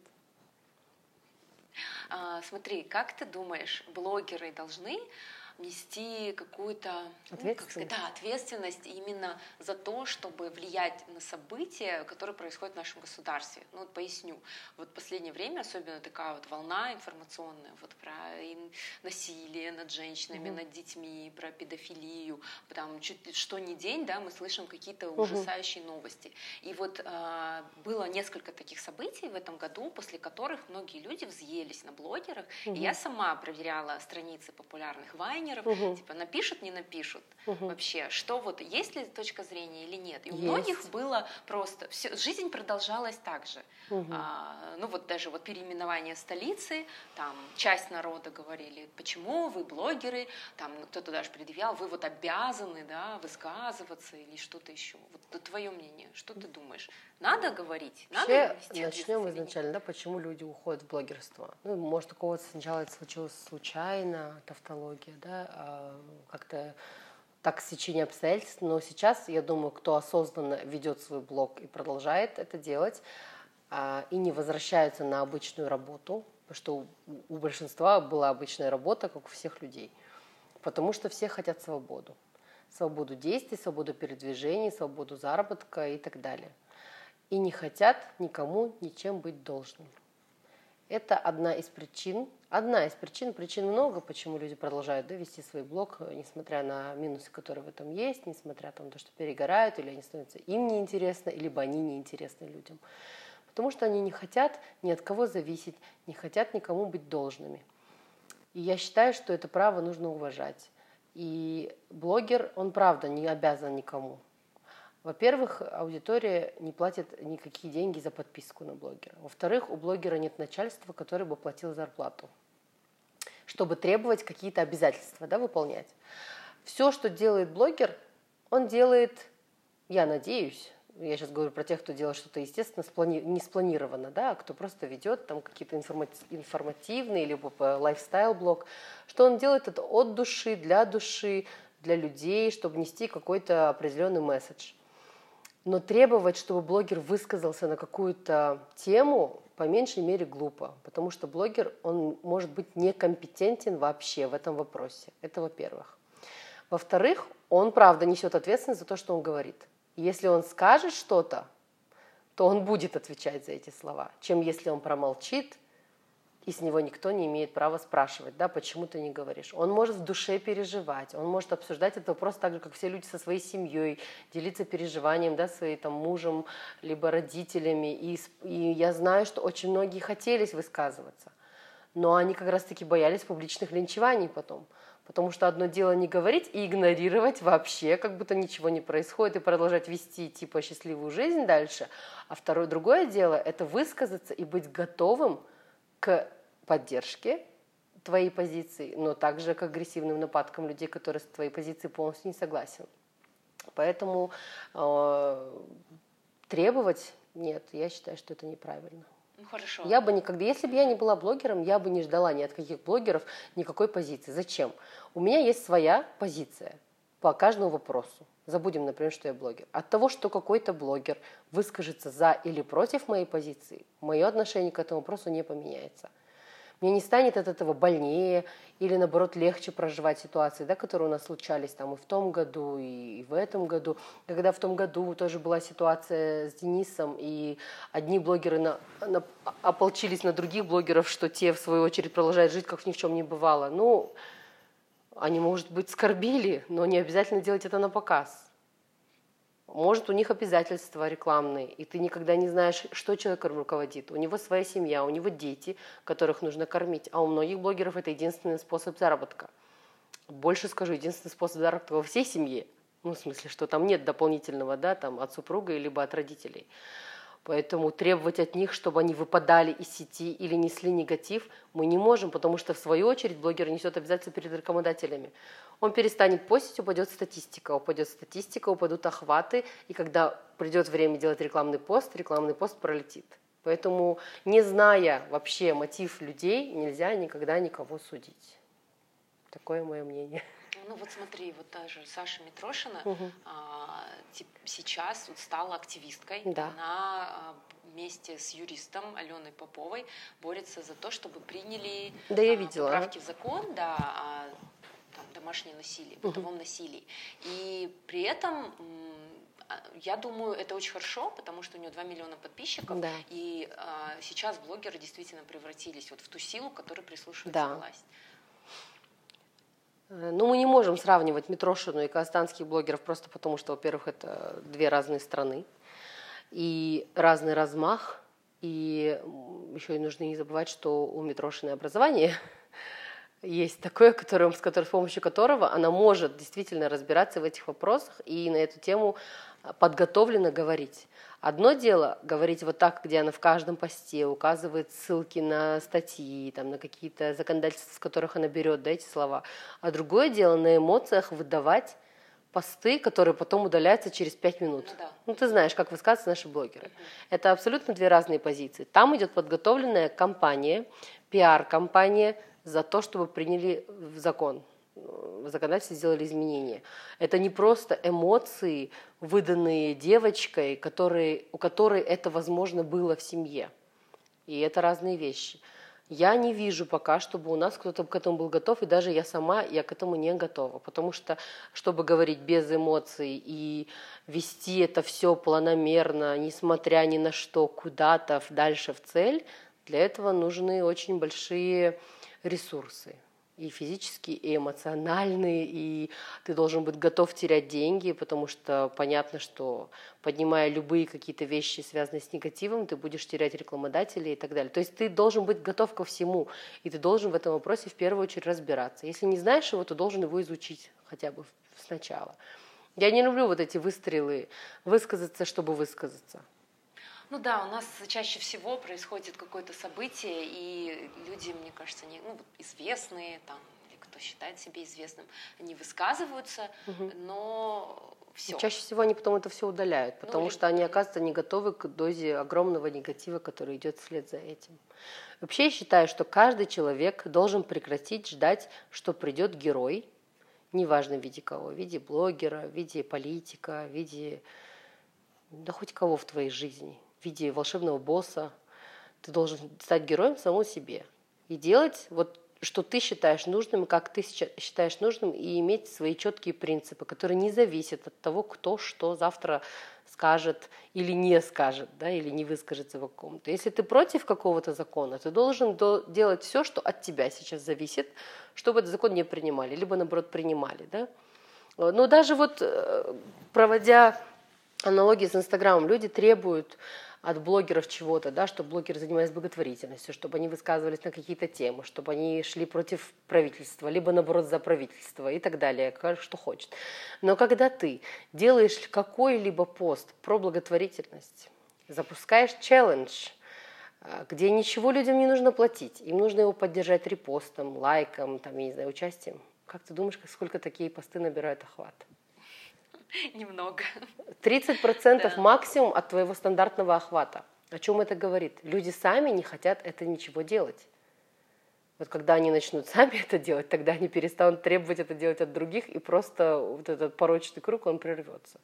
Смотри, как ты думаешь, блогеры должны нести какую-то ответственность именно за то, чтобы влиять на события, которые происходят в нашем государстве. Ну, вот поясню. Вот в последнее время особенно такая вот волна информационная вот про насилие над женщинами, над детьми, про педофилию. Там чуть что ни день, да, мы слышим какие-то ужасающие новости. И вот было несколько таких событий в этом году, после которых многие люди взъелись на блогерах. И я сама проверяла страницы популярных вайнеров, типа напишут, не напишут вообще, что вот есть ли точка зрения или нет. И у многих было просто жизнь продолжалась так же. Ну вот даже вот переименование столицы, там часть народа говорили, почему вы блогеры, там кто-то даже предъявлял, вы вот обязаны, да, высказываться или что-то еще. Вот твое мнение, что ты думаешь? Надо говорить? Надо начнем изначально, да, почему люди уходят в блогерство. Ну, может, у кого-то сначала это случилось случайно, тавтология, да, как-то так стечение обстоятельств, но сейчас, я думаю, кто осознанно ведет свой блог и продолжает это делать, и не возвращаются на обычную работу, потому что у большинства была обычная работа, как у всех людей, потому что все хотят свободу. Свободу действий, свободу передвижений, свободу заработка и так далее. И не хотят никому ничем быть должным. Это одна из причин, причин много, почему люди продолжают вести свой блог, несмотря на минусы, которые в этом есть, несмотря на то, что перегорают, или они становятся им неинтересны, либо они неинтересны людям. Потому что они не хотят ни от кого зависеть, не хотят никому быть должными. И я считаю, что это право нужно уважать. И блогер, он правда не обязан никому. Во-первых, аудитория не платит никакие деньги за подписку на блогера. Во-вторых, у блогера нет начальства, которое бы платило зарплату, чтобы требовать какие-то обязательства, да, выполнять. Все, что делает блогер, он делает, я надеюсь, я сейчас говорю про тех, кто делает что-то, естественно, не спланированно, да, а кто просто ведет там какие-то информативные, либо лайфстайл-блог, что он делает это от души, для людей, чтобы нести какой-то определенный месседж. Но требовать, чтобы блогер высказался на какую-то тему, по меньшей мере глупо, потому что блогер, он может быть некомпетентен вообще в этом вопросе. Это во-первых. Во-вторых, он, правда, несет ответственность за то, что он говорит. Если он скажет что-то, то он будет отвечать за эти слова, чем если он промолчит, и с него никто не имеет права спрашивать, да, почему ты не говоришь. Он может в душе переживать, он может обсуждать этот вопрос так же, как все люди со своей семьей, делиться переживанием, да, своим там, мужем, либо родителями. И я знаю, что очень многие хотели высказываться, но они как раз-таки боялись публичных линчеваний потом. Потому что одно дело не говорить и игнорировать вообще, как будто ничего не происходит, и продолжать вести типа счастливую жизнь дальше. А другое дело – это высказаться и быть готовым к поддержке твоей позиции, но также к агрессивным нападкам людей, которые с твоей позицией полностью не согласен. Поэтому требовать нет, я считаю, что это неправильно. Ну, хорошо. Я бы никогда, если бы я не была блогером, я бы не ждала ни от каких блогеров никакой позиции. Зачем? У меня есть своя позиция по каждому вопросу. Забудем, например, что я блогер. От того, что какой-то блогер выскажется за или против моей позиции, мое отношение к этому вопросу не поменяется. Мне не станет от этого больнее или, наоборот, легче проживать ситуации, да, которые у нас случались там и в том году, и в этом году. Когда в том году тоже была ситуация с Денисом, и одни блогеры ополчились на других блогеров, что те, в свою очередь, продолжают жить, как ни в чем не бывало. Ну, они, может быть, скорбили, но не обязательно делать это на показ. Может, у них обязательства рекламные, и ты никогда не знаешь, что человеком руководит. У него своя семья, у него дети, которых нужно кормить. А у многих блогеров это единственный способ заработка. Больше скажу, единственный способ заработка во всей семье. Ну, в смысле, что там нет дополнительного, да, там, от супруга либо от родителей. Поэтому требовать от них, чтобы они выпадали из сети или несли негатив, мы не можем, потому что, в свою очередь, блогер несет обязательства перед рекламодателями. Он перестанет постить, упадет статистика, упадут охваты, и когда придет время делать рекламный пост пролетит. Поэтому, не зная вообще мотив людей, нельзя никогда никого судить. Такое мое мнение. Ну вот смотри, вот та же Саша Митрошина сейчас вот стала активисткой. Да. Она вместе с юристом Аленой Поповой борется за то, чтобы приняли я видела. поправки в закон, да, о домашнем насилии, бытовом насилии. И при этом я думаю, это очень хорошо, потому что у нее 2 миллиона подписчиков, да. И сейчас блогеры действительно превратились вот в ту силу, которой прислушивается власть. Ну, мы не можем сравнивать Митрошину и казахстанских блогеров просто потому, что, во-первых, это 2 разные страны и разный размах. И еще и нужно не забывать, что у Митрошиной образование есть такое, с помощью которого она может действительно разбираться в этих вопросах и на эту тему подготовленно говорить. Одно дело говорить вот так, где она в каждом посте указывает ссылки на статьи, там, на какие-то законодательства, с которых она берет, да, эти слова. А другое дело на эмоциях выдавать посты, которые потом удаляются через 5 минут. Ну, ты знаешь, как высказываются наши блогеры. Это абсолютно 2 разные позиции. Там идет подготовленная кампания, пиар-кампания за то, чтобы приняли в закон. В законодательстве сделали изменения. Это не просто эмоции, выданные девочкой, у которой это, возможно, было в семье. И это разные вещи. Я не вижу пока, чтобы у нас кто-то к этому был готов, и даже я сама, я к этому не готова. Потому что, чтобы говорить без эмоций и вести это все планомерно, несмотря ни на что, куда-то дальше в цель, для этого нужны очень большие ресурсы. И физические, и эмоциональные, и ты должен быть готов терять деньги, потому что понятно, что поднимая любые какие-то вещи, связанные с негативом, ты будешь терять рекламодателей и так далее. То есть ты должен быть готов ко всему, и ты должен в этом вопросе в первую очередь разбираться. Если не знаешь его, то должен его изучить хотя бы сначала. Я не люблю вот эти выстрелы, высказаться, чтобы высказаться. Ну да, у нас чаще всего происходит какое-то событие, и люди, мне кажется, известные, там, или кто считает себя известным, они высказываются, но все. Чаще всего они потом это все удаляют, потому что они, оказывается, не готовы к дозе огромного негатива, который идет вслед за этим. Вообще я считаю, что каждый человек должен прекратить ждать, что придет герой, неважно в виде кого, в виде блогера, в виде политика, в виде, да хоть кого в твоей жизни, в виде волшебного босса. Ты должен стать героем самому себе и делать вот, что ты считаешь нужным, как ты считаешь нужным, и иметь свои четкие принципы, которые не зависят от того, кто что завтра скажет или не скажет, да, или не выскажется в каком-то. Если ты против какого-то закона, ты должен делать все, что от тебя сейчас зависит, чтобы этот закон не принимали, либо, наоборот, принимали. Да? Но даже вот проводя аналогии с Инстаграмом, люди требуют от блогеров чего-то, да, чтобы блогеры занимались благотворительностью, чтобы они высказывались на какие-то темы, чтобы они шли против правительства, либо наоборот за правительство и так далее, что хочет. Но когда ты делаешь какой-либо пост про благотворительность, запускаешь челлендж, где ничего людям не нужно платить, им нужно его поддержать репостом, лайком, там, я не знаю, участием, как ты думаешь, сколько такие посты набирают охват? Немного. 30% максимум от твоего стандартного охвата. О чем это говорит? Люди сами не хотят это ничего делать. Вот когда они начнут сами это делать, тогда они перестанут требовать это делать от других, и просто вот этот порочный круг, он прервется.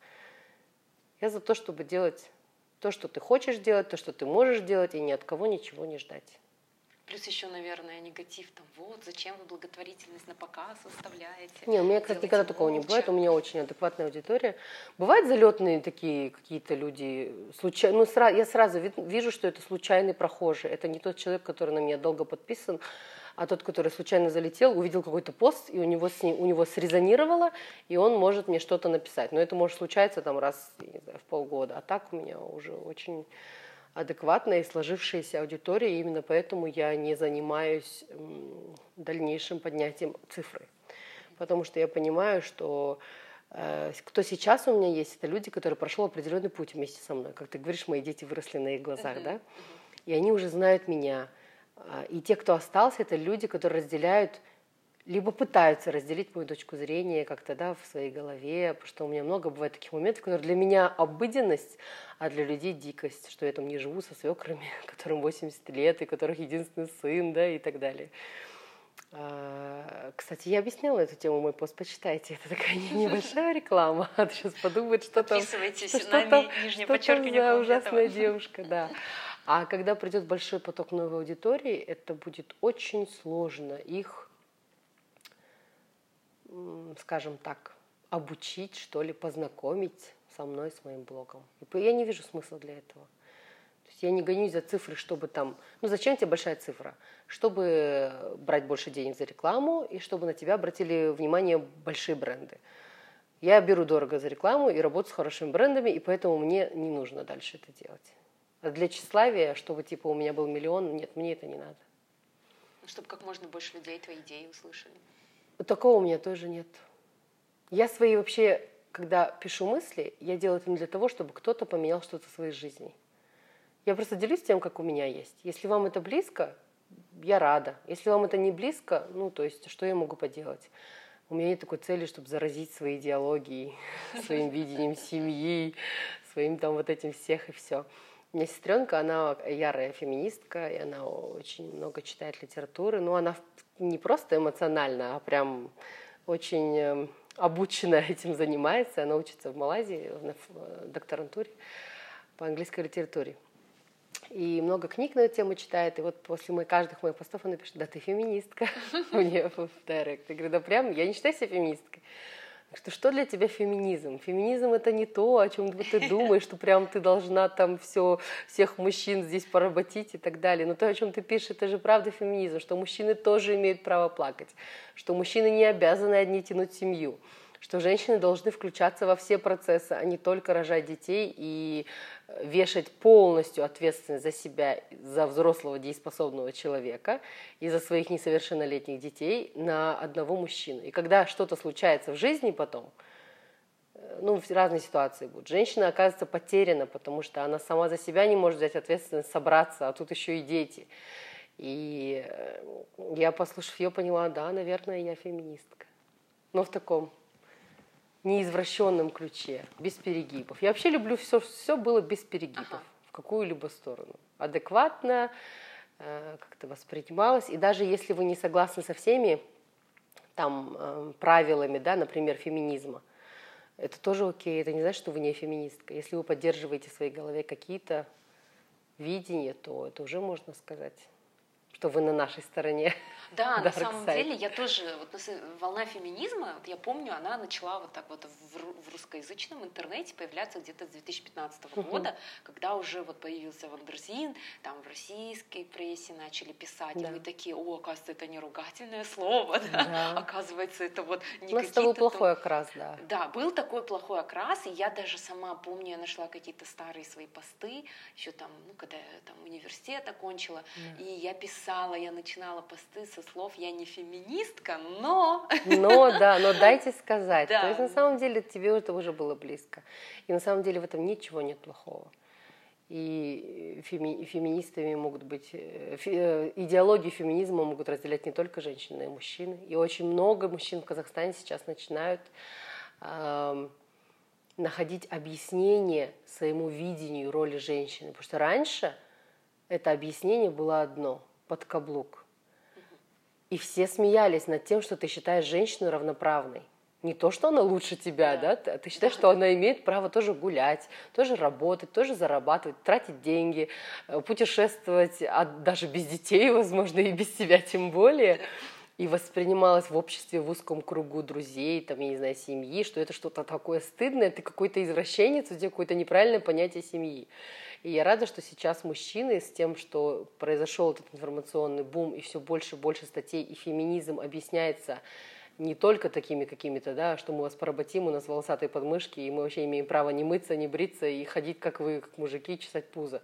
Я за то, чтобы делать то, что ты хочешь делать, то, что ты можешь делать, и ни от кого ничего не ждать. Плюс еще, наверное, негатив там, вот, зачем вы благотворительность на показ выставляете? Не, у меня, кстати, никогда такого не бывает, у меня очень адекватная аудитория. Бывают залетные такие какие-то люди, случайно, я сразу вижу, что это случайный прохожий, это не тот человек, который на меня долго подписан, а тот, который случайно залетел, увидел какой-то пост, и у него срезонировало, и он может мне что-то написать. Но это может случаться там раз, не знаю, в полгода, а так у меня уже очень адекватная и сложившаяся аудитория, и именно поэтому я не занимаюсь дальнейшим поднятием цифры. Потому что я понимаю, что кто сейчас у меня есть, это люди, которые прошли определенный путь вместе со мной. Как ты говоришь, мои дети выросли на их глазах, да? И они уже знают меня. И те, кто остался, это люди, которые разделяют, либо пытаются разделить мою точку зрения как-то, да, в своей голове, потому что у меня много бывает таких моментов, которые для меня обыденность, а для людей дикость, что я там не живу со свекрами, которым 80 лет, и которых единственный сын, да, и так далее. Кстати, я объясняла эту тему, мой пост, почитайте, это такая небольшая реклама, а сейчас подумают, что там, Подписывайтесь что на нижнее подчеркивание за ужасная девушка, да. А когда придет большой поток новой аудитории, это будет очень сложно их, скажем так, обучить, что ли, познакомить со мной, с моим блогом. И я не вижу смысла для этого. То есть я не гонюсь за цифры, чтобы там... Ну зачем тебе большая цифра? Чтобы брать больше денег за рекламу и чтобы на тебя обратили внимание большие бренды. Я беру дорого за рекламу и работаю с хорошими брендами, и поэтому мне не нужно дальше это делать. А для тщеславия, чтобы типа у меня был миллион, нет, мне это не надо. Чтобы как можно больше людей твои идеи услышали. Такого у меня тоже нет. Я свои вообще, когда пишу мысли, я делаю это не для того, чтобы кто-то поменял что-то в своей жизни. Я просто делюсь тем, как у меня есть. Если вам это близко, я рада. Если вам это не близко, ну, то есть, что я могу поделать? У меня нет такой цели, чтобы заразить своей идеологией, своим видением семьи, своим там вот этим всех и все. У меня сестренка, она ярая феминистка, и она очень много читает литературы. Но она не просто эмоционально, а прям очень обученно этим занимается. Она учится в Малайзии в докторантуре по английской литературе. И много книг на эту тему читает. И вот после каждых моих постов она пишет: да ты феминистка мне в директ. Я говорю: да прям, я не считаю себя феминисткой. Что для тебя феминизм? Феминизм — это не то, о чем ты думаешь, что прям ты должна там всех мужчин здесь поработить и так далее. Но то, о чем ты пишешь, это же правда феминизм, что мужчины тоже имеют право плакать, что мужчины не обязаны одни тянуть семью, что женщины должны включаться во все процессы, а не только рожать детей и вешать полностью ответственность за себя, за взрослого дееспособного человека и за своих несовершеннолетних детей на одного мужчину. И когда что-то случается в жизни потом, ну, в разные ситуации будут. Женщина оказывается потеряна, потому что она сама за себя не может взять ответственность, собраться, а тут еще и дети. И я, послушав ее, поняла, да, наверное, я феминистка. Но в таком неизвращенном ключе, без перегибов. Я вообще люблю все было без перегибов, в какую-либо сторону. Адекватно, как-то воспринималось. И даже если вы не согласны со всеми там правилами, да, например, феминизма, это тоже окей. Это не значит, что вы не феминистка. Если вы поддерживаете в своей голове какие-то видения, то это уже можно сказать, что вы на нашей стороне. Да, на самом деле я тоже, вот волна феминизма, вот я помню, она начала вот так вот в русскоязычном интернете появляться где-то с 2015 года, когда уже вот появился Вандерзин, там в российской прессе начали писать, и вы такие, о, оказывается, это не ругательное слово, да? Оказывается, это вот не какие-то... У нас был плохой окрас, да. Да, был такой плохой окрас, и я даже сама помню, я нашла какие-то старые свои посты, еще там, ну, когда я там университет окончила, и я писала, я начинала посты со слов «я не феминистка, но…» Но дайте сказать. Да. То есть на самом деле тебе это уже было близко. И на самом деле в этом ничего нет плохого. И феминистами могут быть… Идеологию феминизма могут разделять не только женщины, но и мужчины. И очень много мужчин в Казахстане сейчас начинают находить объяснение своему видению роли женщины. Потому что раньше это объяснение было одно – под каблук. И все смеялись над тем, что ты считаешь женщину равноправной. Не то, что она лучше тебя, да? Ты считаешь, что она имеет право тоже гулять, тоже работать, тоже зарабатывать, тратить деньги, путешествовать, даже без детей, возможно, и без себя тем более. И воспринималось в обществе в узком кругу друзей, там, я не знаю, семьи, что это что-то такое стыдное, ты какой-то извращенец, у тебя какое-то неправильное понятие семьи. И я рада, что сейчас мужчины с тем, что произошел этот информационный бум, и все больше и больше статей, и феминизм объясняется не только такими какими-то, да, что мы вас поработим, у нас волосатые подмышки, и мы вообще имеем право не мыться, не бриться и ходить, как вы, как мужики, чесать пузо.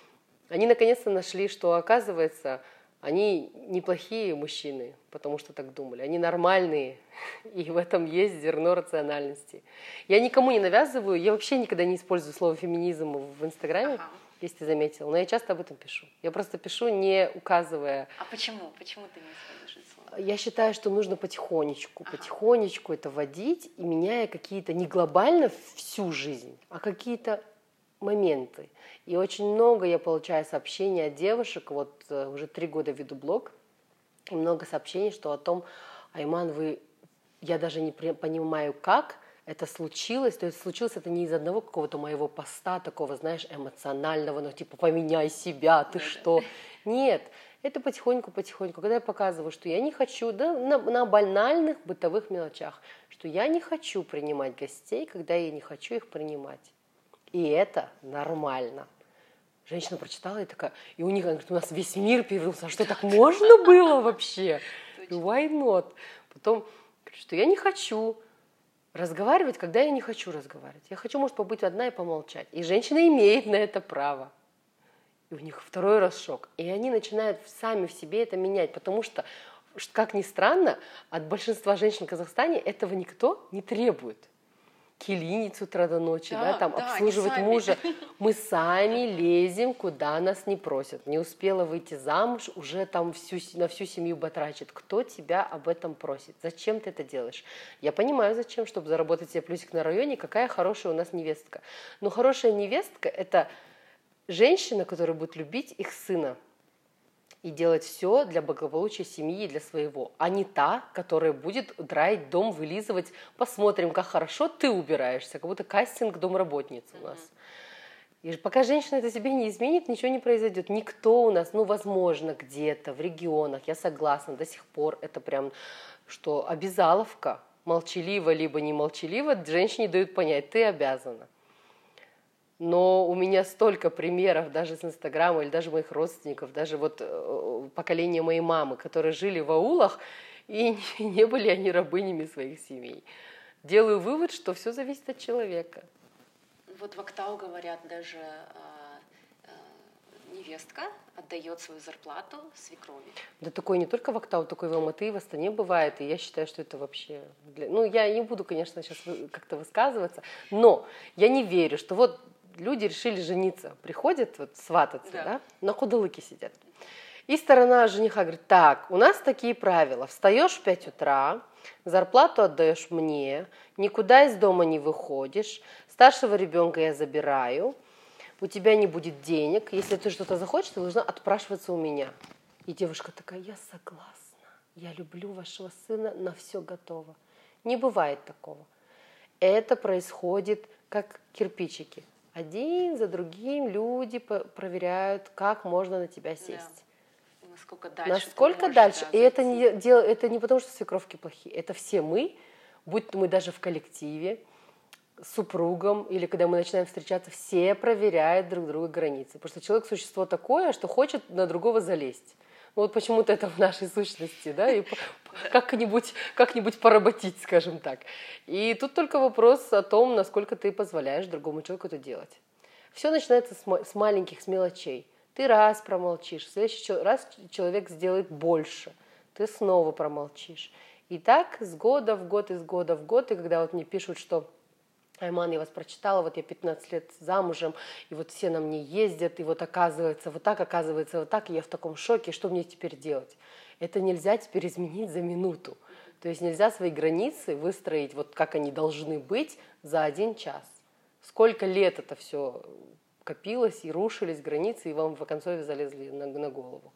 Они наконец-то нашли, что, оказывается, они неплохие мужчины, потому что так думали. Они нормальные, и в этом есть зерно рациональности. Я никому не навязываю, я вообще никогда не использую слово «феминизм» в Инстаграме, если ты заметил, но я часто об этом пишу. Я просто пишу, не указывая... А почему? Почему ты не используешь это слово? Я считаю, что нужно потихонечку это вводить, и меняя какие-то не глобально всю жизнь, а какие-то моменты. И очень много я получаю сообщений от девушек, вот уже 3 года веду блог, и много сообщений, что о том, Айман, я даже не понимаю, как это случилось. То есть случилось это не из одного какого-то моего поста, такого, знаешь, эмоционального, ну типа поменяй себя, ты что? Нет, это потихоньку. Когда я показываю, что я не хочу, да, на банальных бытовых мелочах, что я не хочу принимать гостей, когда я не хочу их принимать. И это нормально. Женщина прочитала и такая, и у них, она говорит, у нас весь мир перевернулся, а что, так можно было вообще? Why not? Потом, что я не хочу разговаривать, когда я не хочу разговаривать. Я хочу, может, побыть одна и помолчать. И женщина имеет на это право. И у них второй раз шок. И они начинают сами в себе это менять, потому что, как ни странно, от большинства женщин в Казахстане этого никто не требует. Килинить с утра до ночи, обслуживать мужа. Мы сами лезем, куда нас не просят. Не успела выйти замуж, уже там на всю семью батрачит. Кто тебя об этом просит? Зачем ты это делаешь? Я понимаю, зачем, чтобы заработать себе плюсик на районе, какая хорошая у нас невестка. Но хорошая невестка – это женщина, которая будет любить их сына и делать все для благополучия семьи и для своего, а не та, которая будет драить дом, вылизывать. Посмотрим, как хорошо ты убираешься, как будто кастинг домработницы у нас. И пока женщина это себе не изменит, ничего не произойдет. Никто у нас, возможно, где-то в регионах, я согласна, до сих пор это прям, что обязаловка, молчаливо либо не молчаливо, женщине дают понять, ты обязана. Но у меня столько примеров даже с Инстаграма или даже моих родственников, даже вот поколение моей мамы, которые жили в аулах, и не были они рабынями своих семей. Делаю вывод, что все зависит от человека. Вот в Актау говорят даже невестка отдает свою зарплату свекрови. Да такое не только в Актау, такое в Алматы и в Астане бывает. И я считаю, что это вообще... Ну, я не буду, конечно, сейчас как-то высказываться, но я не верю, что вот люди решили жениться, приходят вот свататься, да, на кудылыке сидят. И сторона жениха говорит, так, у нас такие правила. Встаешь в 5 утра, зарплату отдаешь мне, никуда из дома не выходишь, старшего ребенка я забираю, у тебя не будет денег, если ты что-то захочешь, ты должна отпрашиваться у меня. И девушка такая, я согласна, я люблю вашего сына, на все готово. Не бывает такого. Это происходит как кирпичики. Один за другим люди проверяют, как можно на тебя сесть. Да. Насколько дальше. Насколько дальше. И это не потому, что свекровки плохие. Это все мы, будь то мы даже в коллективе, с супругом, или когда мы начинаем встречаться, все проверяют друг друга границы. Потому что человек существо такое, что хочет на другого залезть. Ну, вот почему-то это в нашей сущности, да, и как-нибудь поработить, скажем так. И тут только вопрос о том, насколько ты позволяешь другому человеку это делать. Все начинается с маленьких, с мелочей. Ты раз промолчишь, в следующий раз человек сделает больше, ты снова промолчишь. И так с года в год, из года в год, и когда вот мне пишут, что Айман, я вас прочитала, вот я 15 лет замужем, и вот все на мне ездят, и вот оказывается вот так, и я в таком шоке, что мне теперь делать? Это нельзя теперь изменить за минуту. То есть нельзя свои границы выстроить, вот как они должны быть, за 1 час. Сколько лет это все копилось, и рушились границы, и вам в конце залезли на голову.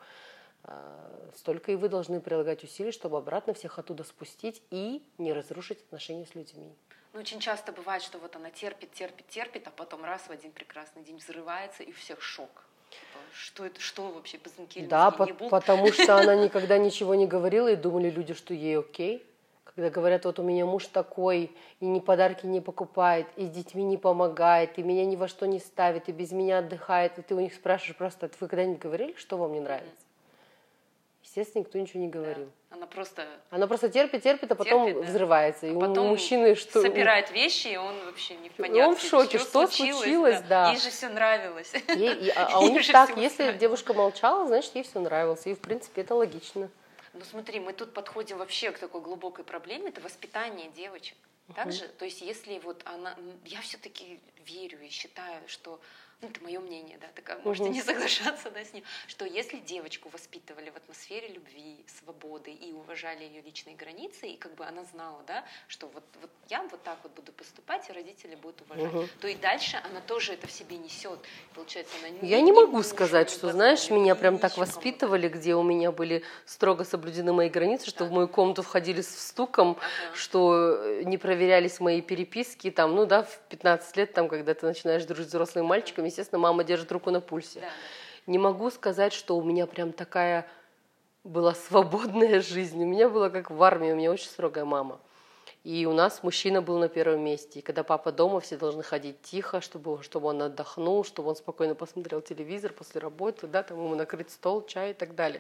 Столько и вы должны прилагать усилий, чтобы обратно всех оттуда спустить и не разрушить отношения с людьми. Ну, очень часто бывает, что вот она терпит, а потом раз в один прекрасный день взрывается, и у всех шок. Типа, что это, что вообще, позвонки? Да, потому что она никогда ничего не говорила, и думали люди, что ей окей. Когда говорят, вот у меня муж такой, и ни подарки не покупает, и с детьми не помогает, и меня ни во что не ставит, и без меня отдыхает, и ты у них спрашиваешь просто, вы когда-нибудь говорили, что вам не нравится? Естественно, никто ничего не говорил. Да. Она просто терпит, а потом взрывается. И потом у мужчины что? Собирает вещи, и он вообще непонятно. Он в шоке, что случилось, да. Ей же все нравилось. А у них так, если девушка молчала, значит, ей все нравилось. И, в принципе, это логично. Ну смотри, мы тут подходим вообще к такой глубокой проблеме, это воспитание девочек. Также, то есть если вот она, я все-таки верю и считаю, что, ну это мое мнение, да, так можете не соглашаться, да, с ним, что если девочку воспитывали в атмосфере любви, свободы и уважали ее личные границы, и как бы она знала, да, что вот я вот так вот буду поступать, и родители будут уважать, то и дальше она тоже это в себе несет. Получается, она я не могу сказать, что, знаешь, меня прям так воспитывали, где у меня были строго соблюдены мои границы, что в мою комнату входили с стуком, что не проверялись мои переписки, там, ну да, в 15 лет, там, когда ты начинаешь дружить с взрослым мальчиком, естественно, мама держит руку на пульсе. Да. Не могу сказать, что у меня прям такая была свободная жизнь. У меня было как в армии, у меня очень строгая мама. И у нас мужчина был на первом месте. И когда папа дома, все должны ходить тихо, чтобы он отдохнул, чтобы он спокойно посмотрел телевизор после работы, да, там ему накрыть стол, чай и так далее.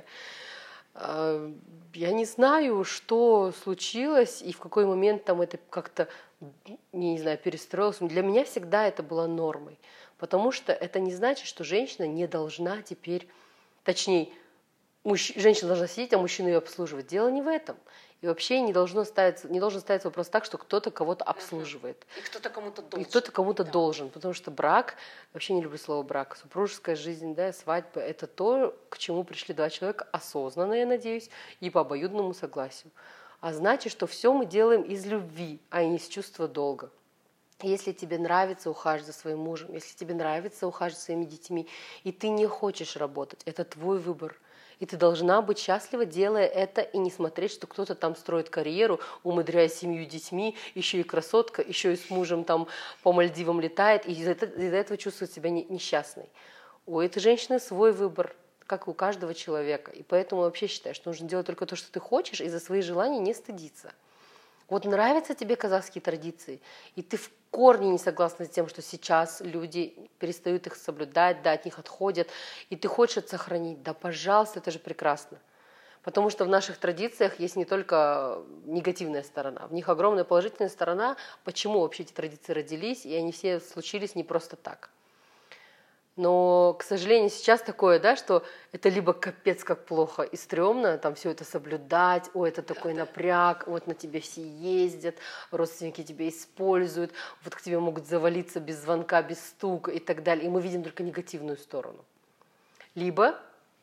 Я не знаю, что случилось и в какой момент там это как-то, не знаю, перестроилось. Для меня всегда это было нормой, потому что это не значит, что женщина не должна теперь, точнее, женщина должна сидеть, а мужчина ее обслуживать. Дело не в этом. И вообще не должен ставиться вопрос так, что кто-то кого-то обслуживает. И кто-то кому-то должен. И кто-то кому-то должен, потому что брак, вообще не люблю слово брак, супружеская жизнь, да, свадьба, это то, к чему пришли 2 человека осознанно, я надеюсь, и по обоюдному согласию. А значит, что все мы делаем из любви, а не из чувства долга. Если тебе нравится ухаживать за своим мужем, если тебе нравится ухаживать за своими детьми, и ты не хочешь работать, это твой выбор. И ты должна быть счастлива, делая это, и не смотреть, что кто-то там строит карьеру, умудряясь 7 детьми, еще и красотка, еще и с мужем там по Мальдивам летает, и из-за этого чувствует себя несчастной. У этой женщины свой выбор, как и у каждого человека. И поэтому вообще считаю, что нужно делать только то, что ты хочешь, и за свои желания не стыдиться. Вот нравятся тебе казахские традиции, и ты в корне не согласна с тем, что сейчас люди перестают их соблюдать, да, от них отходят, и ты хочешь это сохранить, да, пожалуйста, это же прекрасно. Потому что в наших традициях есть не только негативная сторона, в них огромная положительная сторона, почему вообще эти традиции родились, и они все случились не просто так. Но, к сожалению, сейчас такое, да, что это либо капец как плохо и стрёмно, там все это соблюдать, ой, это такой напряг, вот на тебе все ездят, родственники тебя используют, вот к тебе могут завалиться без звонка, без стука и так далее. И мы видим только негативную сторону. Либо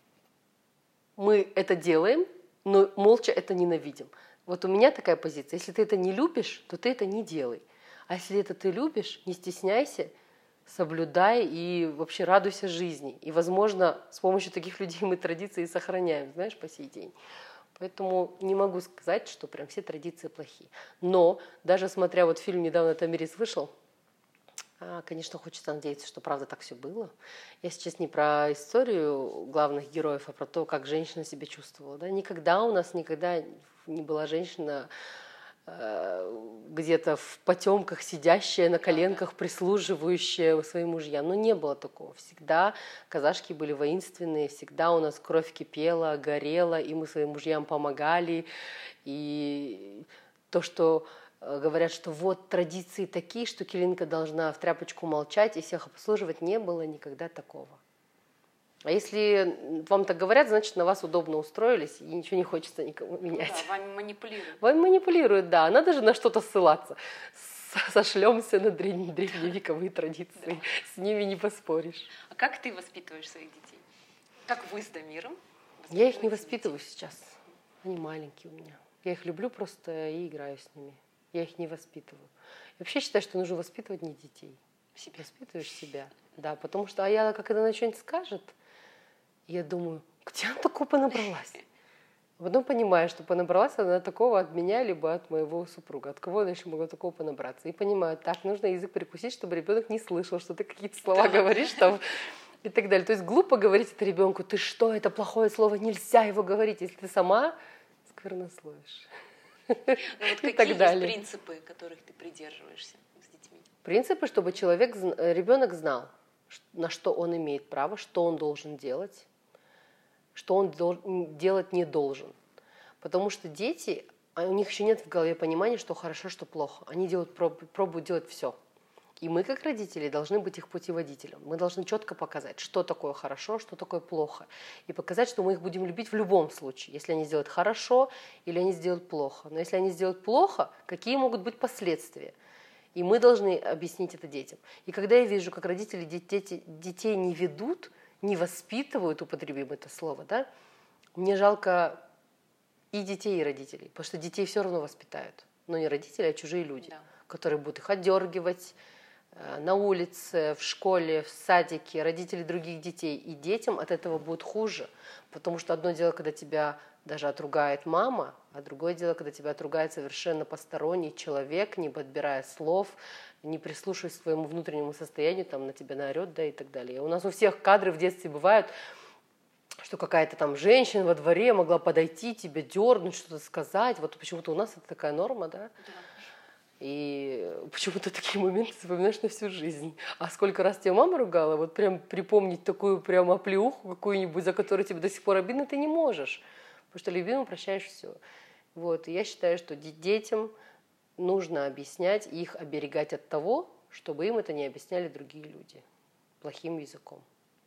мы это делаем, но молча это ненавидим. Вот у меня такая позиция. Если ты это не любишь, то ты это не делай. А если это ты любишь, не стесняйся, соблюдай и вообще радуйся жизни. И, возможно, с помощью таких людей мы традиции сохраняем, знаешь, по сей день. Поэтому не могу сказать, что прям все традиции плохие. Но даже смотря вот фильм недавно «Тамирис» вышел, конечно, хочется надеяться, что правда так все было. Я сейчас не про историю главных героев, а про то, как женщина себя чувствовала. Да? Никогда не была женщина где-то в потемках сидящая на коленках, прислуживающая своим мужьям. Но не было такого. Всегда казашки были воинственные, всегда у нас кровь кипела, горела, и мы своим мужьям помогали. И то, что говорят, что вот традиции такие, что Килинка должна в тряпочку молчать и всех обслуживать, не было никогда такого. А если вам так говорят, значит, на вас удобно устроились, и ничего не хочется никому менять. Да, вами манипулируют. Вами манипулируют, да. Надо же на что-то ссылаться. Сошлемся на древневековые традиции. Да. С ними не поспоришь. А как ты воспитываешь своих детей? Как вы с Дамиром? Я их не воспитываю сейчас. Они маленькие у меня. Я их люблю просто и играю с ними. Я их не воспитываю. Я вообще считаю, что нужно воспитывать не детей. Воспитываешь себя. Да, потому что Аяла, как она что-нибудь скажет, я думаю, где она такого понабралась? А потом понимаю, что понабралась она такого от меня, либо от моего супруга. От кого она еще могла такого понабраться? И понимаю, так, нужно язык прикусить, чтобы ребенок не слышал, что ты какие-то слова говоришь там и так далее. То есть глупо говорить это ребенку, ты что, это плохое слово, нельзя его говорить, если ты сама сквернословишь. Ну, вот какие есть принципы, которых ты придерживаешься с детьми? Принципы, чтобы ребенок знал, на что он имеет право, что он должен делать, что он делать не должен. Потому что дети, у них еще нет в голове понимания, что хорошо, что плохо. Они пробуют делать все. И мы, как родители, должны быть их путеводителем. Мы должны четко показать, что такое хорошо, что такое плохо. И показать, что мы их будем любить в любом случае. Если они сделают хорошо или они сделают плохо. Но если они сделают плохо, какие могут быть последствия? И мы должны объяснить это детям. И когда я вижу, как родители детей не ведут, не воспитывают, употребим это слово, да, мне жалко и детей, и родителей. Потому что детей все равно воспитают. Но не родители, а чужие люди, да, которые будут их отдергивать на улице, в школе, в садике, родители других детей. И детям от этого будет хуже. Потому что одно дело, когда тебя даже отругает мама, а другое дело, когда тебя отругает совершенно посторонний человек, не подбирая слов, не прислушиваясь к своему внутреннему состоянию, там на тебя наорет, да, и так далее. У нас у всех кадры в детстве бывают, что какая-то там женщина во дворе могла подойти, тебя дернуть, что-то сказать. Вот почему-то у нас это такая норма, да? И почему-то такие моменты вспоминаешь на всю жизнь. А сколько раз тебя мама ругала, вот прям припомнить такую прям оплеуху какую-нибудь, за которую тебе до сих пор обидно, ты не можешь. Потому что любимым прощаешь все. Вот. И я считаю, что детям нужно объяснять, их оберегать от того, чтобы им это не объясняли другие люди плохим языком.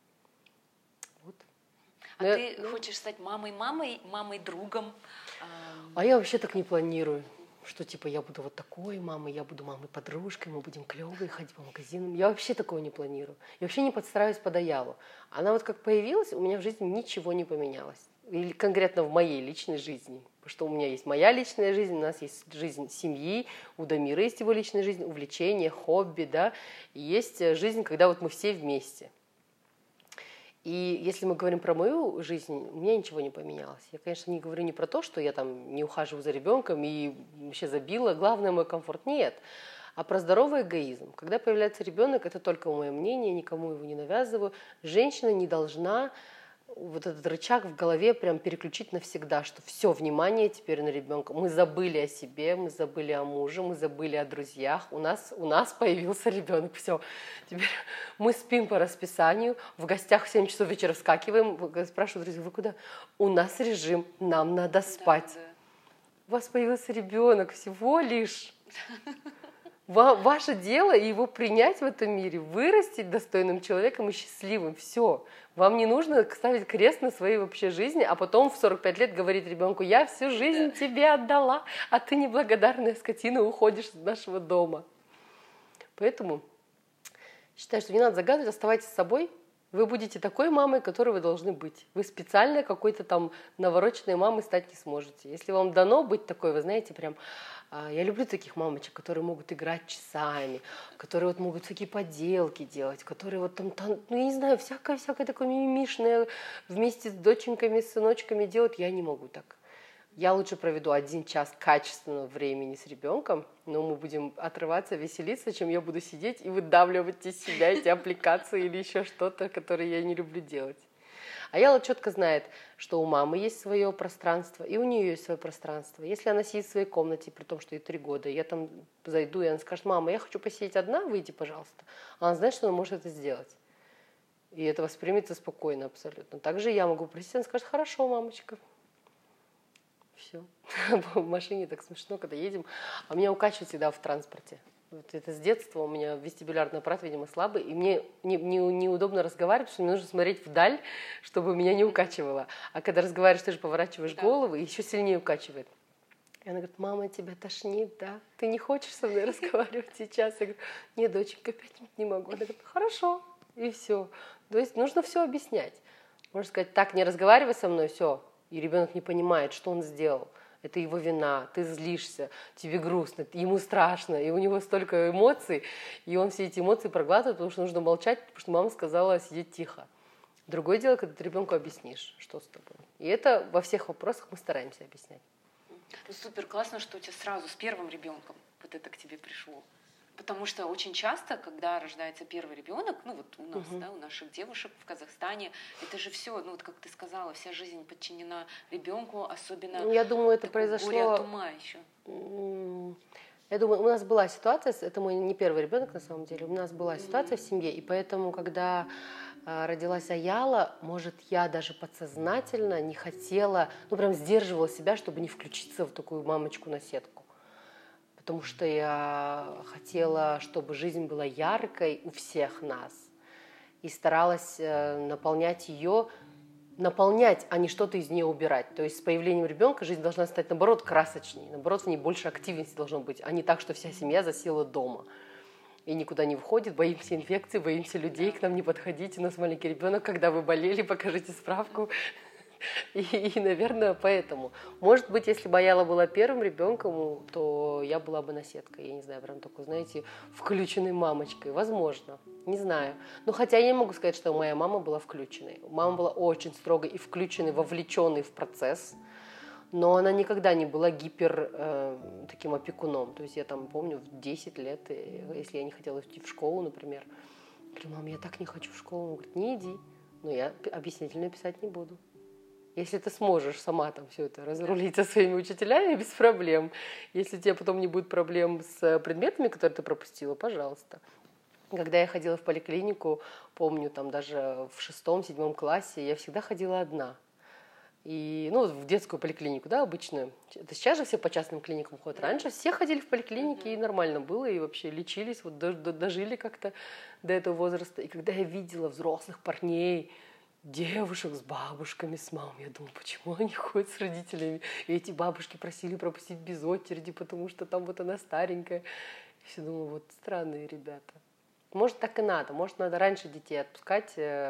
Вот. Ты хочешь стать мамой-другом? А я вообще так не планирую. Что типа я буду вот такой мамой, я буду мамой-подружкой, мы будем клевые ходить по магазинам. Я вообще такого не планирую. Я вообще не подстраиваюсь под Аялу. Она вот как появилась, у меня в жизни ничего не поменялось. Или конкретно в моей личной жизни. Потому что у меня есть моя личная жизнь, у нас есть жизнь семьи, у Дамира есть его личная жизнь, увлечения, хобби, да. И есть жизнь, когда вот мы все вместе. И если мы говорим про мою жизнь, у меня ничего не поменялось. Я, конечно, не говорю не про то, что я там не ухаживаю за ребенком и вообще забила. Главное, мой комфорт. Нет. А про здоровый эгоизм. Когда появляется ребенок, это только мое мнение, никому его не навязываю. Женщина не должна вот этот рычаг в голове прям переключить навсегда, что все, внимание теперь на ребенка. Мы забыли о себе, мы забыли о муже, мы забыли о друзьях. У нас появился ребенок, все. Теперь мы спим по расписанию, в гостях в 7 часов вечера вскакиваем, спрашивают друзья, вы куда? У нас режим, нам надо спать. Да. У вас появился ребенок всего лишь. Ваше дело его принять в этом мире, вырастить достойным человеком и счастливым. Все. Вам не нужно ставить крест на своей вообще жизни, а потом в 45 лет говорить ребенку: я всю жизнь тебе отдала, а ты неблагодарная скотина уходишь из нашего дома. Поэтому считаю, что не надо загадывать, оставайтесь с собой. Вы будете такой мамой, которой вы должны быть. Вы специально какой-то там навороченной мамой стать не сможете. Если вам дано быть такой, вы знаете, прям... Я люблю таких мамочек, которые могут играть часами, которые вот могут всякие поделки делать, которые вот там ну, я не знаю, всякое такое мимимишное вместе с доченьками, с сыночками делать. Я не могу так. Я лучше проведу 1 час качественного времени с ребенком, но мы будем отрываться, веселиться, чем я буду сидеть и выдавливать из себя эти аппликации или еще что-то, которое я не люблю делать. А Яла четко знает, что у мамы есть свое пространство, и у нее есть свое пространство. Если она сидит в своей комнате, при том, что ей 3 года, я там зайду, и она скажет: мама, я хочу посидеть одна, выйди, пожалуйста. Она знает, что она может это сделать. И это воспримется спокойно абсолютно. Также я могу прийти, она скажет: хорошо, мамочка. Все. В машине так смешно, когда едем. А меня укачивает всегда в транспорте. Вот это с детства у меня вестибулярный аппарат, видимо, слабый, и мне неудобно разговаривать, потому что мне нужно смотреть вдаль, чтобы меня не укачивало. А когда разговариваешь, ты же поворачиваешь голову, и еще сильнее укачивает. И она говорит: мама, тебя тошнит, да? Ты не хочешь со мной разговаривать сейчас? Я говорю: нет, доченька, 5 минут не могу. Она говорит: хорошо, и все. То есть нужно все объяснять. Можно сказать: так, не разговаривай со мной, все. И ребенок не понимает, что он сделал. Это его вина, ты злишься, тебе грустно, ему страшно, и у него столько эмоций, и он все эти эмоции проглатывает, потому что нужно молчать, потому что мама сказала сидеть тихо. Другое дело, когда ты ребенку объяснишь, что с тобой. И это во всех вопросах мы стараемся объяснять. Ну, супер классно, что у тебя сразу с первым ребенком вот это к тебе пришло. Потому что очень часто, когда рождается первый ребенок, ну вот у нас, да, у наших девушек в Казахстане, это же все, ну вот как ты сказала, вся жизнь подчинена ребенку, особенно. Я думаю, это произошло. Горе от ума еще. Я думаю, у нас была ситуация, это мой не первый ребенок на самом деле, у нас была ситуация в семье, и поэтому, когда родилась Аяла, может, я даже подсознательно не хотела, ну прям сдерживала себя, чтобы не включиться в такую мамочку-наседку. Потому что я хотела, чтобы жизнь была яркой у всех нас. И старалась наполнять, а не что-то из нее убирать. То есть с появлением ребенка жизнь должна стать, наоборот, красочней. Наоборот, в ней больше активности должно быть, а не так, что вся семья засела дома. И никуда не выходит, боимся инфекций, боимся людей, к нам не подходите, у нас маленький ребенок, когда вы болели, покажите справку. И, наверное, поэтому. Может быть, если бы Аяла была первым ребенком, то я была бы наседкой. Я не знаю, прям такой, знаете, включенной мамочкой. Возможно. Не знаю. Но хотя я не могу сказать, что моя мама была включенной. Мама была очень строгой и включенной, вовлеченной в процесс. Но она никогда не была таким опекуном. То есть я там помню в 10 лет, если я не хотела идти в школу, например, говорю: мам, я так не хочу в школу. Она говорит: не иди. Но я объяснительно писать не буду. Если ты сможешь сама там все это разрулить со своими учителями, без проблем. Если у тебя потом не будет проблем с предметами, которые ты пропустила, пожалуйста. Когда я ходила в поликлинику, помню, там даже в 6-7 классе, я всегда ходила одна. И, ну, в детскую поликлинику, да, обычную. Это сейчас же все по частным клиникам ходят. Раньше все ходили в поликлинике, и нормально было, и вообще лечились, вот дожили как-то до этого возраста. И когда я видела взрослых парней, девушек с бабушками, с мамой, я думала, почему они ходят с родителями? И эти бабушки просили пропустить без очереди, потому что там вот она старенькая. И все думала, вот странные ребята. Может, так и надо. Может, надо раньше детей отпускать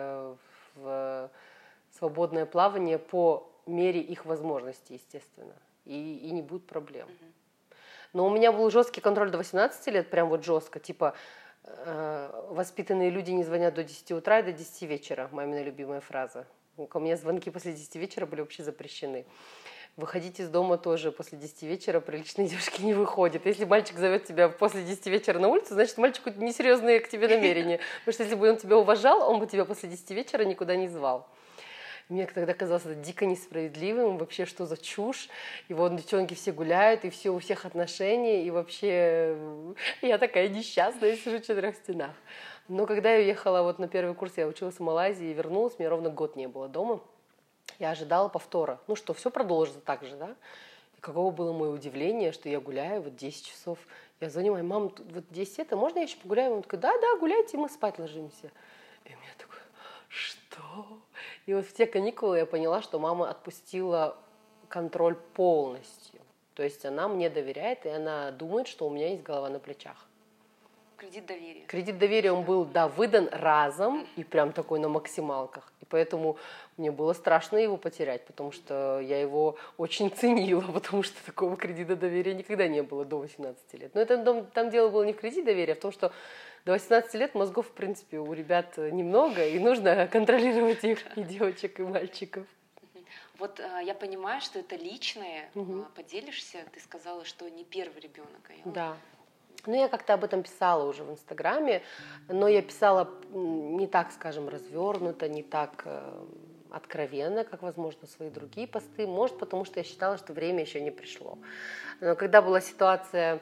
в свободное плавание по мере их возможностей, естественно. И не будет проблем. Но у меня был жесткий контроль до 18 лет, прям вот жестко, типа воспитанные люди не звонят до 10 утра и до 10 вечера, мамина любимая фраза. У меня звонки после 10 вечера были вообще запрещены. Выходить из дома тоже после 10 вечера приличные девушки не выходят. Если мальчик зовет тебя после 10 вечера на улицу, значит, мальчику несерьезные к тебе намерения. Потому что если бы он тебя уважал, он бы тебя после 10 вечера никуда не звал. Мне тогда казалось это дико несправедливым, вообще что за чушь. И вот девчонки все гуляют, и все у всех отношения, и вообще я такая несчастная, сижу в 4 стенах. Но когда я уехала вот на первый курс, я училась в Малайзии и вернулась, мне ровно год не было дома. Я ожидала повтора. Ну что, все продолжится так же, да? И каково было мое удивление, что я гуляю вот 10 часов. Я звоню моей маме, вот 10 это, можно я еще погуляю? Она такая, да, гуляйте, мы спать ложимся. И у меня такое, что? И вот в те каникулы я поняла, что мама отпустила контроль полностью. То есть она мне доверяет, и она думает, что у меня есть голова на плечах. Кредит доверия. Кредит доверия, он был, да, выдан разом и прям такой на максималках. И поэтому мне было страшно его потерять, потому что я его очень ценила, потому что такого кредита доверия никогда не было до 18 лет. Но это, там дело было не в кредите доверия, а в том, что до 18 лет мозгов, в принципе, у ребят немного, и нужно контролировать их, и девочек, и мальчиков. Вот я понимаю, что это личное. Поделишься? Ты сказала, что не первый ребенок. Да. Ну, я как-то об этом писала уже в Инстаграме, но я писала не так, скажем, развернуто, не так откровенно, как, возможно, свои другие посты. Может, потому что я считала, что время еще не пришло. Но когда была ситуация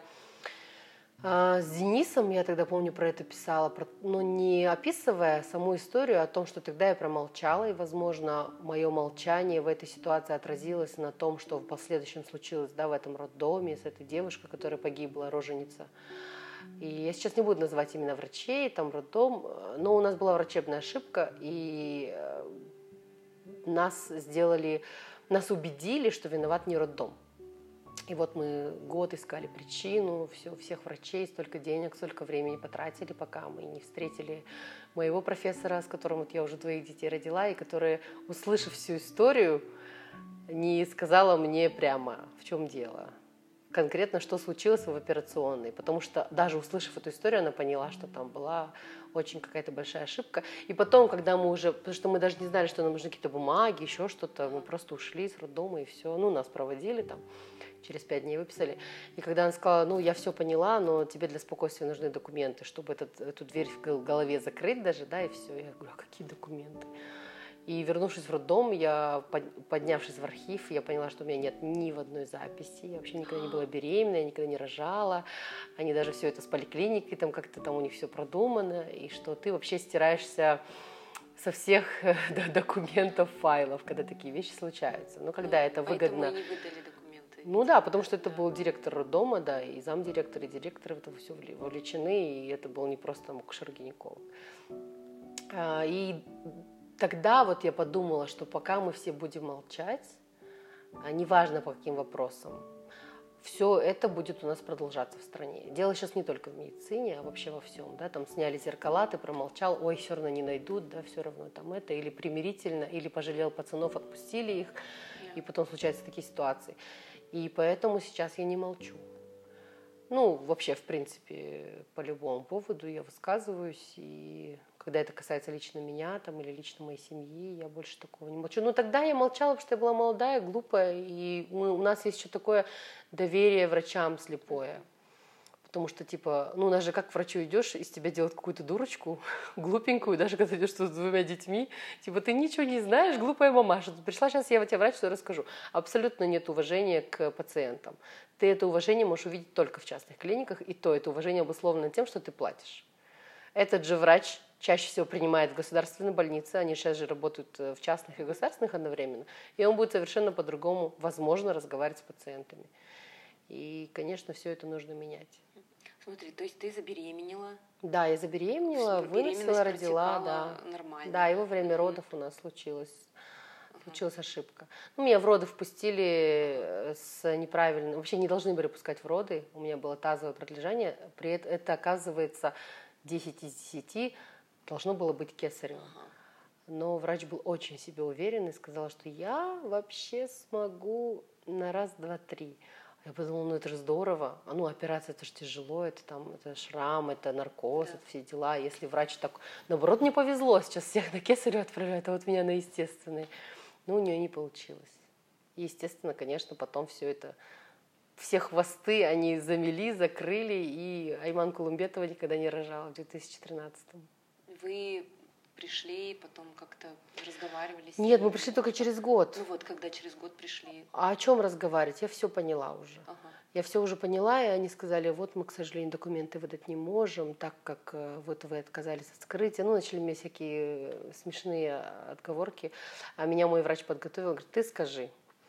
с Денисом, я тогда, помню, про это писала, но не описывая саму историю, а о том, что тогда я промолчала, и, возможно, мое молчание в этой ситуации отразилось на том, что в последующем случилось, да, в этом роддоме с этой девушкой, которая погибла, роженица. И я сейчас не буду называть именно врачей, там роддом, но у нас была врачебная ошибка, и нас убедили, что виноват не роддом. И вот мы год искали причину, всех врачей, столько денег, столько времени потратили, пока мы не встретили моего профессора, с которым вот я уже 2 детей родила, и которая, услышав всю историю, не сказала мне прямо, в чем дело, конкретно, что случилось в операционной. Потому что даже услышав эту историю, она поняла, что там была очень какая-то большая ошибка. И потом, когда мы уже, потому что мы даже не знали, что нам нужны какие-то бумаги, еще что-то, мы просто ушли с роддома и все. Ну, нас проводили там. Через 5 дней выписали. И когда она сказала, я все поняла, но тебе для спокойствия нужны документы, чтобы эту дверь в голове закрыть даже, да, и все. Я говорю, а какие документы? И вернувшись в роддом, поднявшись в архив, я поняла, что у меня нет ни в одной записи. Я вообще никогда не была беременна, я никогда не рожала. Они даже все это с поликлиникой, там как-то там у них все продумано. И что ты вообще стираешься со всех документов, файлов, когда такие вещи случаются. Но когда это выгодно... Поэтому и не выдали документы. Ну да, потому что это был директор роддома, да, и замдиректор, и директор в это все вовлечены, и это был не просто акушер-гинеколог. И тогда вот я подумала, что пока мы все будем молчать, неважно по каким вопросам, все это будет у нас продолжаться в стране. Дело сейчас не только в медицине, а вообще во всем. Да? Там сняли зеркала, ты промолчал, ой, все равно не найдут, да, все равно там это, или примирительно, или пожалел пацанов, отпустили их, и потом случаются такие ситуации. И поэтому сейчас я не молчу. Ну, вообще, в принципе, по любому поводу я высказываюсь, и когда это касается лично меня там, или лично моей семьи, я больше такого не молчу. Но тогда я молчала, потому что я была молодая, глупая, и у нас есть еще такое доверие врачам слепое. Потому что, у нас же как к врачу идешь, из тебя делают какую-то дурочку, глупенькую, даже когда идешь с 2 детьми, ты ничего не знаешь, глупая мамаша. Пришла сейчас, я тебе врач, что расскажу. Абсолютно нет уважения к пациентам. Ты это уважение можешь увидеть только в частных клиниках, и то это уважение обусловлено тем, что ты платишь. Этот же врач чаще всего принимает в государственной больнице, они сейчас же работают в частных и государственных одновременно, и он будет совершенно по-другому, возможно, разговаривать с пациентами. И, конечно, все это нужно менять. Смотри, то есть ты забеременела? Да, я забеременела, выносила, родила, да. Нормально. Да, и во время родов у нас случилась ошибка. Меня в роды впустили с неправильным, вообще не должны были пускать в роды, у меня было тазовое пролежание, при этом это, оказывается, 10 из 10 должно было быть кесаревым. Но врач был очень в себе уверен и сказал, что я вообще смогу на раз, два, три. Я подумала, это же здорово. Операция, это же тяжело, это шрам, это наркоз, это все дела. Если врач так... Наоборот, мне повезло, сейчас всех на кесарево отправляют, а вот меня на естественный. Но у нее не получилось. Естественно, конечно, потом все это... Все хвосты они замели, закрыли, и Айман Кулумбетова никогда не рожала в 2013-м. Вы пришли, потом как-то разговаривали с ним? Нет, мы пришли только через год. Когда через год пришли. А о чем разговаривать? Я все поняла уже. Я все уже поняла, и они сказали, мы, к сожалению, документы выдать не можем, так как вы отказались от вскрытия. Начали мне всякие смешные отговорки. А меня мой врач подготовил, говорит, ты скажи,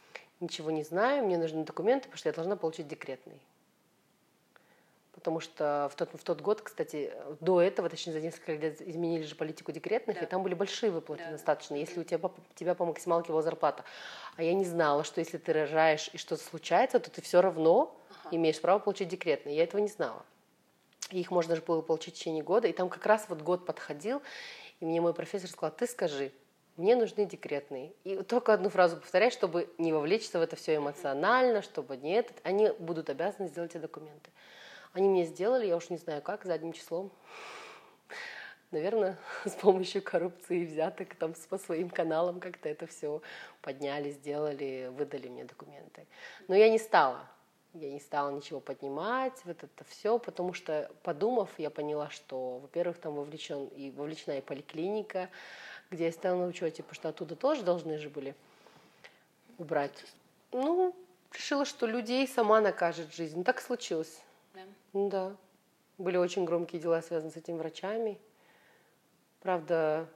ничего не знаю, мне нужны документы, потому что я должна получить декретный. Потому что в тот год, кстати, до этого, точнее, за несколько лет изменили же политику декретных, и там были большие выплаты достаточно, если у тебя по максималке была зарплата. А я не знала, что если ты рожаешь и что-то случается, то ты все равно имеешь право получить декретный. Я этого не знала. И их можно же было получить в течение года. И там как раз вот год подходил, и мне мой профессор сказал: ты скажи, мне нужны декретные. И только одну фразу повторяй, чтобы не вовлечься в это все эмоционально, чтобы нет, они будут обязаны сделать эти документы. Они мне сделали, я уж не знаю как, задним числом. Наверное, с помощью коррупции и взяток там по своим каналам как-то это все подняли, сделали, выдали мне документы. Но я не стала ничего поднимать, вот это все, потому что, подумав, я поняла, что, во-первых, там вовлечена и поликлиника, где я стояла на учете, потому что оттуда тоже должны же были убрать. Ну, решила, что людей сама накажет жизнь. Ну, так случилось. Да. Были очень громкие дела, связанные с этими врачами. Правда,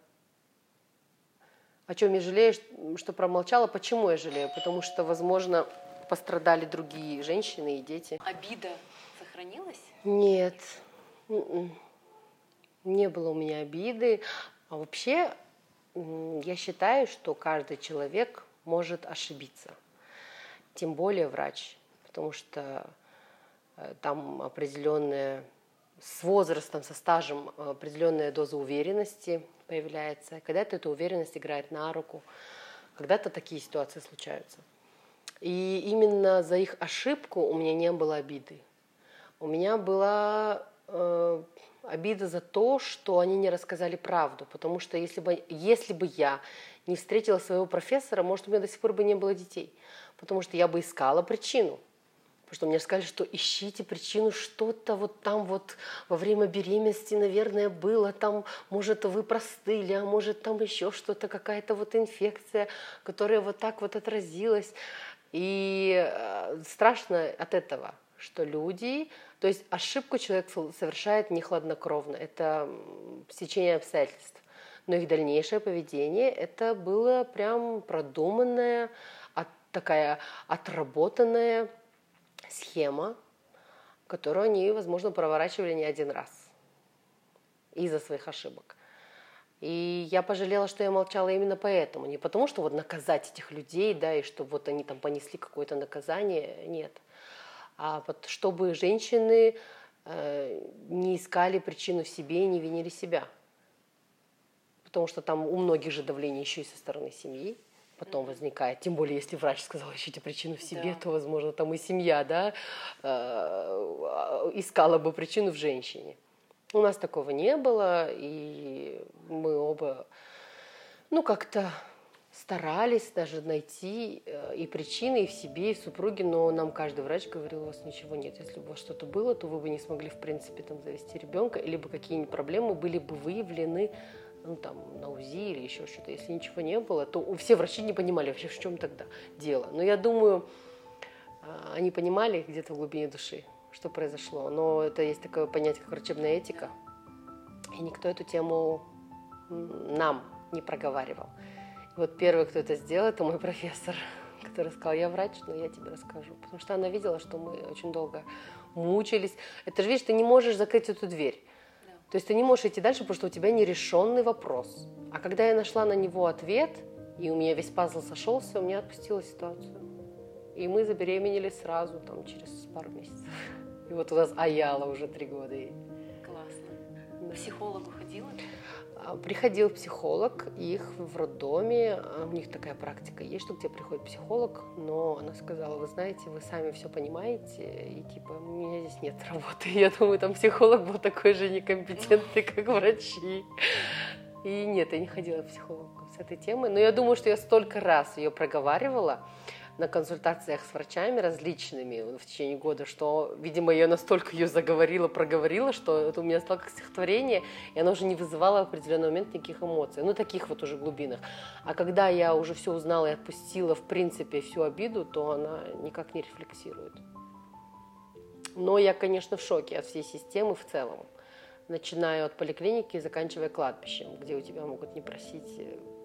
о чем я жалею, что промолчала. Почему я жалею? Потому что, возможно, пострадали другие женщины и дети. Обида сохранилась? Нет. Не было у меня обиды. А вообще, я считаю, что каждый человек может ошибиться. Тем более врач. Потому что там определенная, с возрастом, со стажем определенная доза уверенности появляется. Когда-то эта уверенность играет на руку, когда-то такие ситуации случаются. И именно за их ошибку у меня не было обиды. У меня была обида за то, что они не рассказали правду. Потому что если бы я не встретила своего профессора, может, у меня до сих пор бы не было детей. Потому что я бы искала причину. Потому что мне сказали, что ищите причину, что-то вот там вот во время беременности, наверное, было, там, может, вы простыли, а может, там еще что-то, какая-то вот инфекция, которая вот так вот отразилась. И страшно от этого, что люди, то есть ошибку человек совершает не хладнокровно, это стечение обстоятельств. Но их дальнейшее поведение, это было прям продуманная, такая отработанная схема, которую они, возможно, проворачивали не один раз из-за своих ошибок. И я пожалела, что я молчала именно поэтому. Не потому, что вот наказать этих людей, да, и чтобы вот они там понесли какое-то наказание, нет. А вот чтобы женщины не искали причину в себе и не винили себя. Потому что там у многих же давление еще и со стороны семьи потом возникает. Тем более, если врач сказал, ищите причину в себе, то, возможно, там и семья, да, искала бы причину в женщине. У нас такого не было, и мы оба, как-то старались даже найти и причины и в себе, и в супруге, но нам каждый врач говорил: у вас ничего нет. Если бы у вас что-то было, то вы бы не смогли, в принципе, там, завести ребенка, либо какие-нибудь проблемы были бы выявлены на УЗИ или еще что-то. Если ничего не было, то все врачи не понимали вообще, в чем тогда дело. Но я думаю, они понимали где-то в глубине души, что произошло. Но это есть такое понятие, как врачебная этика. И никто эту тему нам не проговаривал. И вот первый, кто это сделал, это мой профессор, который сказал: я врач, но я тебе расскажу. Потому что она видела, что мы очень долго мучились. Это же, видишь, ты не можешь закрыть эту дверь. То есть ты не можешь идти дальше, потому что у тебя нерешенный вопрос. А когда я нашла на него ответ, и у меня весь пазл сошелся, у меня отпустила ситуацию. И мы забеременели сразу, там, через пару месяцев. И вот у нас Аяла уже 3 года. Классно. К психологу ходила? Приходил психолог, их в роддоме, у них такая практика есть, что к тебе приходит психолог, но она сказала: вы знаете, вы сами все понимаете, и типа у меня здесь нет работы. Я думаю, там психолог был такой же некомпетентный, как врачи. И нет, я не ходила к психологу с этой темой, но я думаю, что я столько раз ее проговаривала на консультациях с врачами различными в течение года, что, видимо, я настолько ее проговорила, что это у меня стало как стихотворение, и оно уже не вызывало в определенный момент никаких эмоций, таких вот уже глубинах. А когда я уже все узнала и отпустила, в принципе, всю обиду, то она никак не рефлексирует. Но я, конечно, в шоке от всей системы в целом. Начиная от поликлиники и заканчивая кладбищем, где у тебя могут не просить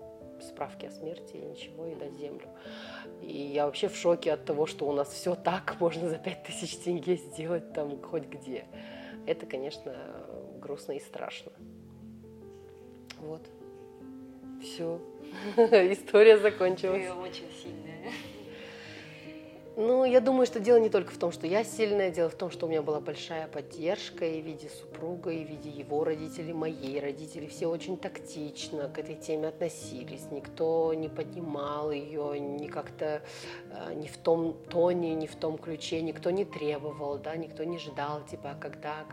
справки о смерти, ничего, и дать землю. И я вообще в шоке от того, что у нас все так, можно за 5000 тенге сделать там хоть где. Это, конечно, грустно и страшно. Вот. Все. История закончилась. Ты очень сильная. Ну, я думаю, что дело не только в том, что я сильная, дело в том, что у меня была большая поддержка и в виде супруга, и в виде его родителей, моей родителей. Все очень тактично к этой теме относились. Никто не поднимал ее, ни как-то не в том тоне, не в том ключе. Никто не требовал, да, никто не ждал, типа, когда.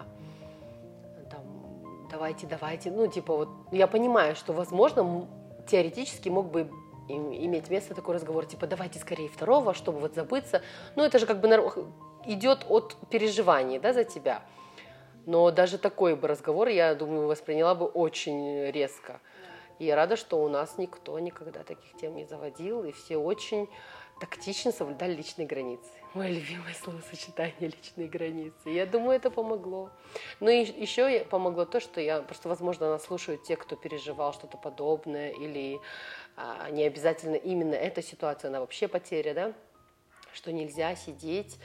Там, давайте. Ну, типа, вот я понимаю, что, возможно, теоретически мог бы иметь место такой разговор, типа, давайте скорее второго, чтобы вот забыться. Ну, это же как бы идет от переживаний, да, за тебя. Но даже такой бы разговор, я думаю, восприняла бы очень резко. И я рада, что у нас никто никогда таких тем не заводил, и все очень тактично соблюдали личные границы. Мое любимое словосочетание — личные границы. Я думаю, это помогло. Ну и еще помогло то, что я просто, возможно, нас слушают те, кто переживал что-то подобное, или не обязательно именно эта ситуация, она вообще потеря, да, что нельзя сидеть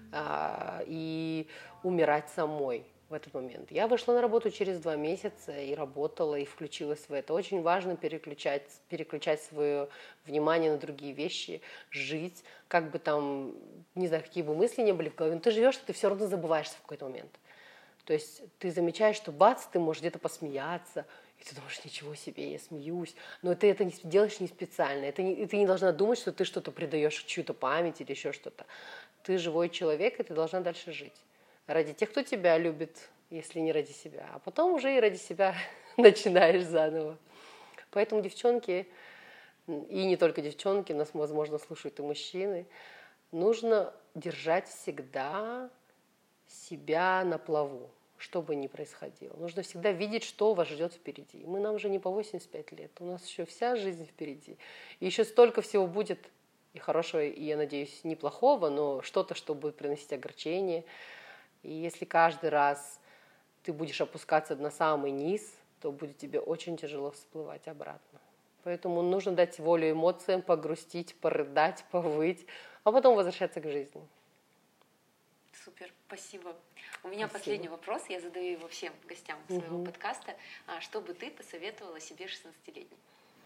и умирать самой в этот момент. Я вышла на работу через 2 месяца и работала, и включилась в это. Очень важно переключать свое внимание на другие вещи, жить, как бы там, не знаю, какие бы мысли ни были в голове, но ты живешь, ты все равно забываешься в какой-то момент. То есть ты замечаешь, что бац, ты можешь где-то посмеяться, и ты думаешь, ничего себе, я смеюсь. Но ты это делаешь не специально. Ты не должна думать, что ты что-то придаешь чью-то память или еще что-то. Ты живой человек, и ты должна дальше жить. Ради тех, кто тебя любит, если не ради себя. А потом уже и ради себя начинаешь заново. Поэтому, девчонки, и не только девчонки, нас, возможно, слушают и мужчины, нужно держать всегда себя на плаву, что бы ни происходило. Нужно всегда видеть, что вас ждет впереди. Нам уже не по 85 лет, у нас еще вся жизнь впереди. И еще столько всего будет и хорошего, и, я надеюсь, неплохого, но что-то, что будет приносить огорчение. И если каждый раз ты будешь опускаться на самый низ, то будет тебе очень тяжело всплывать обратно. Поэтому нужно дать волю эмоциям, погрустить, порыдать, повыть, а потом возвращаться к жизни. Супер, спасибо. У меня последний вопрос, я задаю его всем гостям своего подкаста. Что бы ты посоветовала себе 16-летней?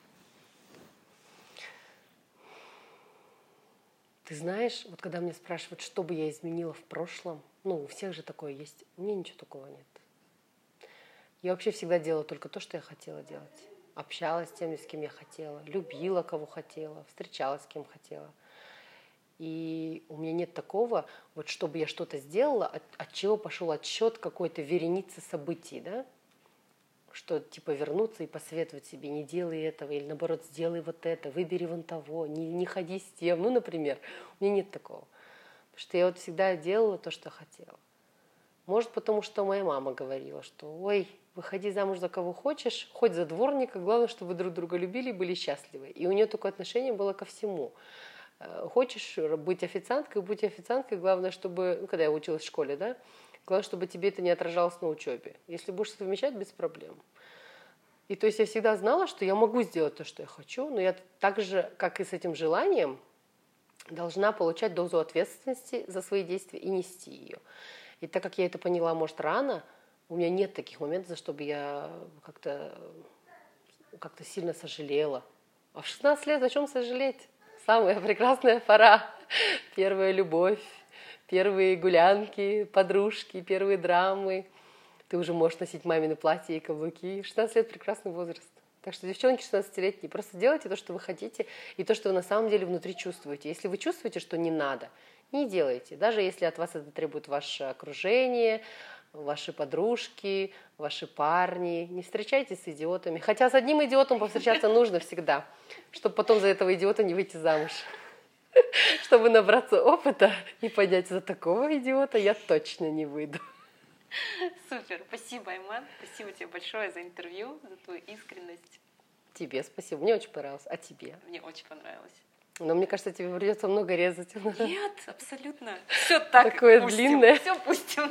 Ты знаешь, вот когда меня спрашивают, что бы я изменила в прошлом, у всех же такое есть, у меня ничего такого нет. Я вообще всегда делала только то, что я хотела делать. Общалась с теми, с кем я хотела, любила, кого хотела, встречалась с кем хотела. И у меня нет такого, вот чтобы я что-то сделала, от чего пошел отсчет какой-то вереницы событий, да? Что типа вернуться и посоветовать себе, не делай этого, или наоборот, сделай вот это, выбери вон того, не ходи с тем. Например, у меня нет такого. Потому что я вот всегда делала то, что хотела. Может, потому что моя мама говорила, что ой, выходи замуж за кого хочешь, хоть за дворника, главное, чтобы вы друг друга любили и были счастливы. И у нее такое отношение было ко всему. Хочешь быть официанткой, будь официанткой, главное, чтобы, когда я училась в школе, да, главное, чтобы тебе это не отражалось на учебе. Если будешь совмещать, без проблем. И то есть я всегда знала, что я могу сделать то, что я хочу, но я так же, как и с этим желанием, должна получать дозу ответственности за свои действия и нести ее. И так как я это поняла, может, рано, у меня нет таких моментов, чтобы я как-то сильно сожалела. А в 16 лет о чем сожалеть? Самая прекрасная пора. Первая любовь, первые гулянки, подружки, первые драмы. Ты уже можешь носить мамины платья и каблуки. 16 лет – прекрасный возраст. Так что, девчонки 16-летние, просто делайте то, что вы хотите, и то, что вы на самом деле внутри чувствуете. Если вы чувствуете, что не надо, не делайте. Даже если от вас это требует ваше окружение, ваши подружки, ваши парни. Не встречайтесь с идиотами. Хотя с одним идиотом повстречаться нужно всегда, чтобы потом за этого идиота не выйти замуж. Чтобы набраться опыта и понять, за такого идиота я точно не выйду. Супер, спасибо, Айман. Спасибо тебе большое за интервью, за твою искренность. Тебе спасибо, мне очень понравилось. А тебе? Мне очень понравилось. Но мне кажется, тебе придется много резать. Нет, абсолютно. Все так такое пустим. Длинное. Все пустим.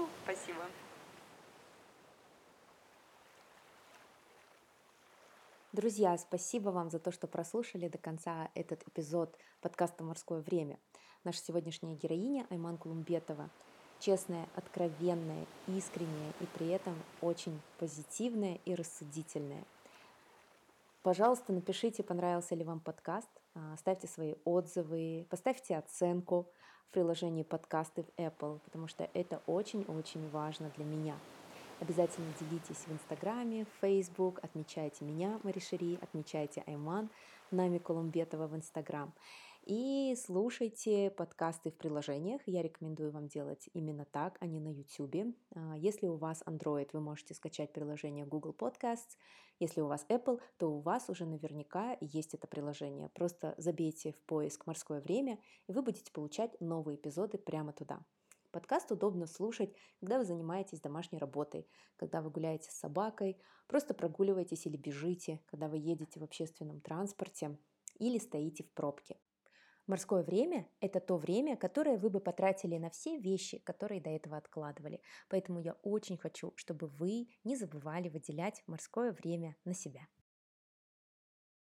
Спасибо. Друзья, спасибо вам за то, что прослушали до конца этот эпизод подкаста «Морское время». Наша сегодняшняя героиня Айман Кулумбетова честная, откровенная, искренняя и при этом очень позитивная и рассудительная. Пожалуйста, напишите, понравился ли вам подкаст, ставьте свои отзывы, поставьте оценку в приложении подкасты в Apple, потому что это очень-очень важно для меня. Обязательно делитесь в Инстаграме, в Facebook, отмечайте меня, Мари Шери, отмечайте Айман, Нами Кулумбетова в Инстаграм. И слушайте подкасты в приложениях. Я рекомендую вам делать именно так, а не на YouTube. Если у вас Android, вы можете скачать приложение Google Podcasts. Если у вас Apple, то у вас уже наверняка есть это приложение. Просто забейте в поиск «Морское время», и вы будете получать новые эпизоды прямо туда. Подкаст удобно слушать, когда вы занимаетесь домашней работой, когда вы гуляете с собакой, просто прогуливаетесь или бежите, когда вы едете в общественном транспорте или стоите в пробке. Морское время – это то время, которое вы бы потратили на все вещи, которые до этого откладывали. Поэтому я очень хочу, чтобы вы не забывали выделять морское время на себя.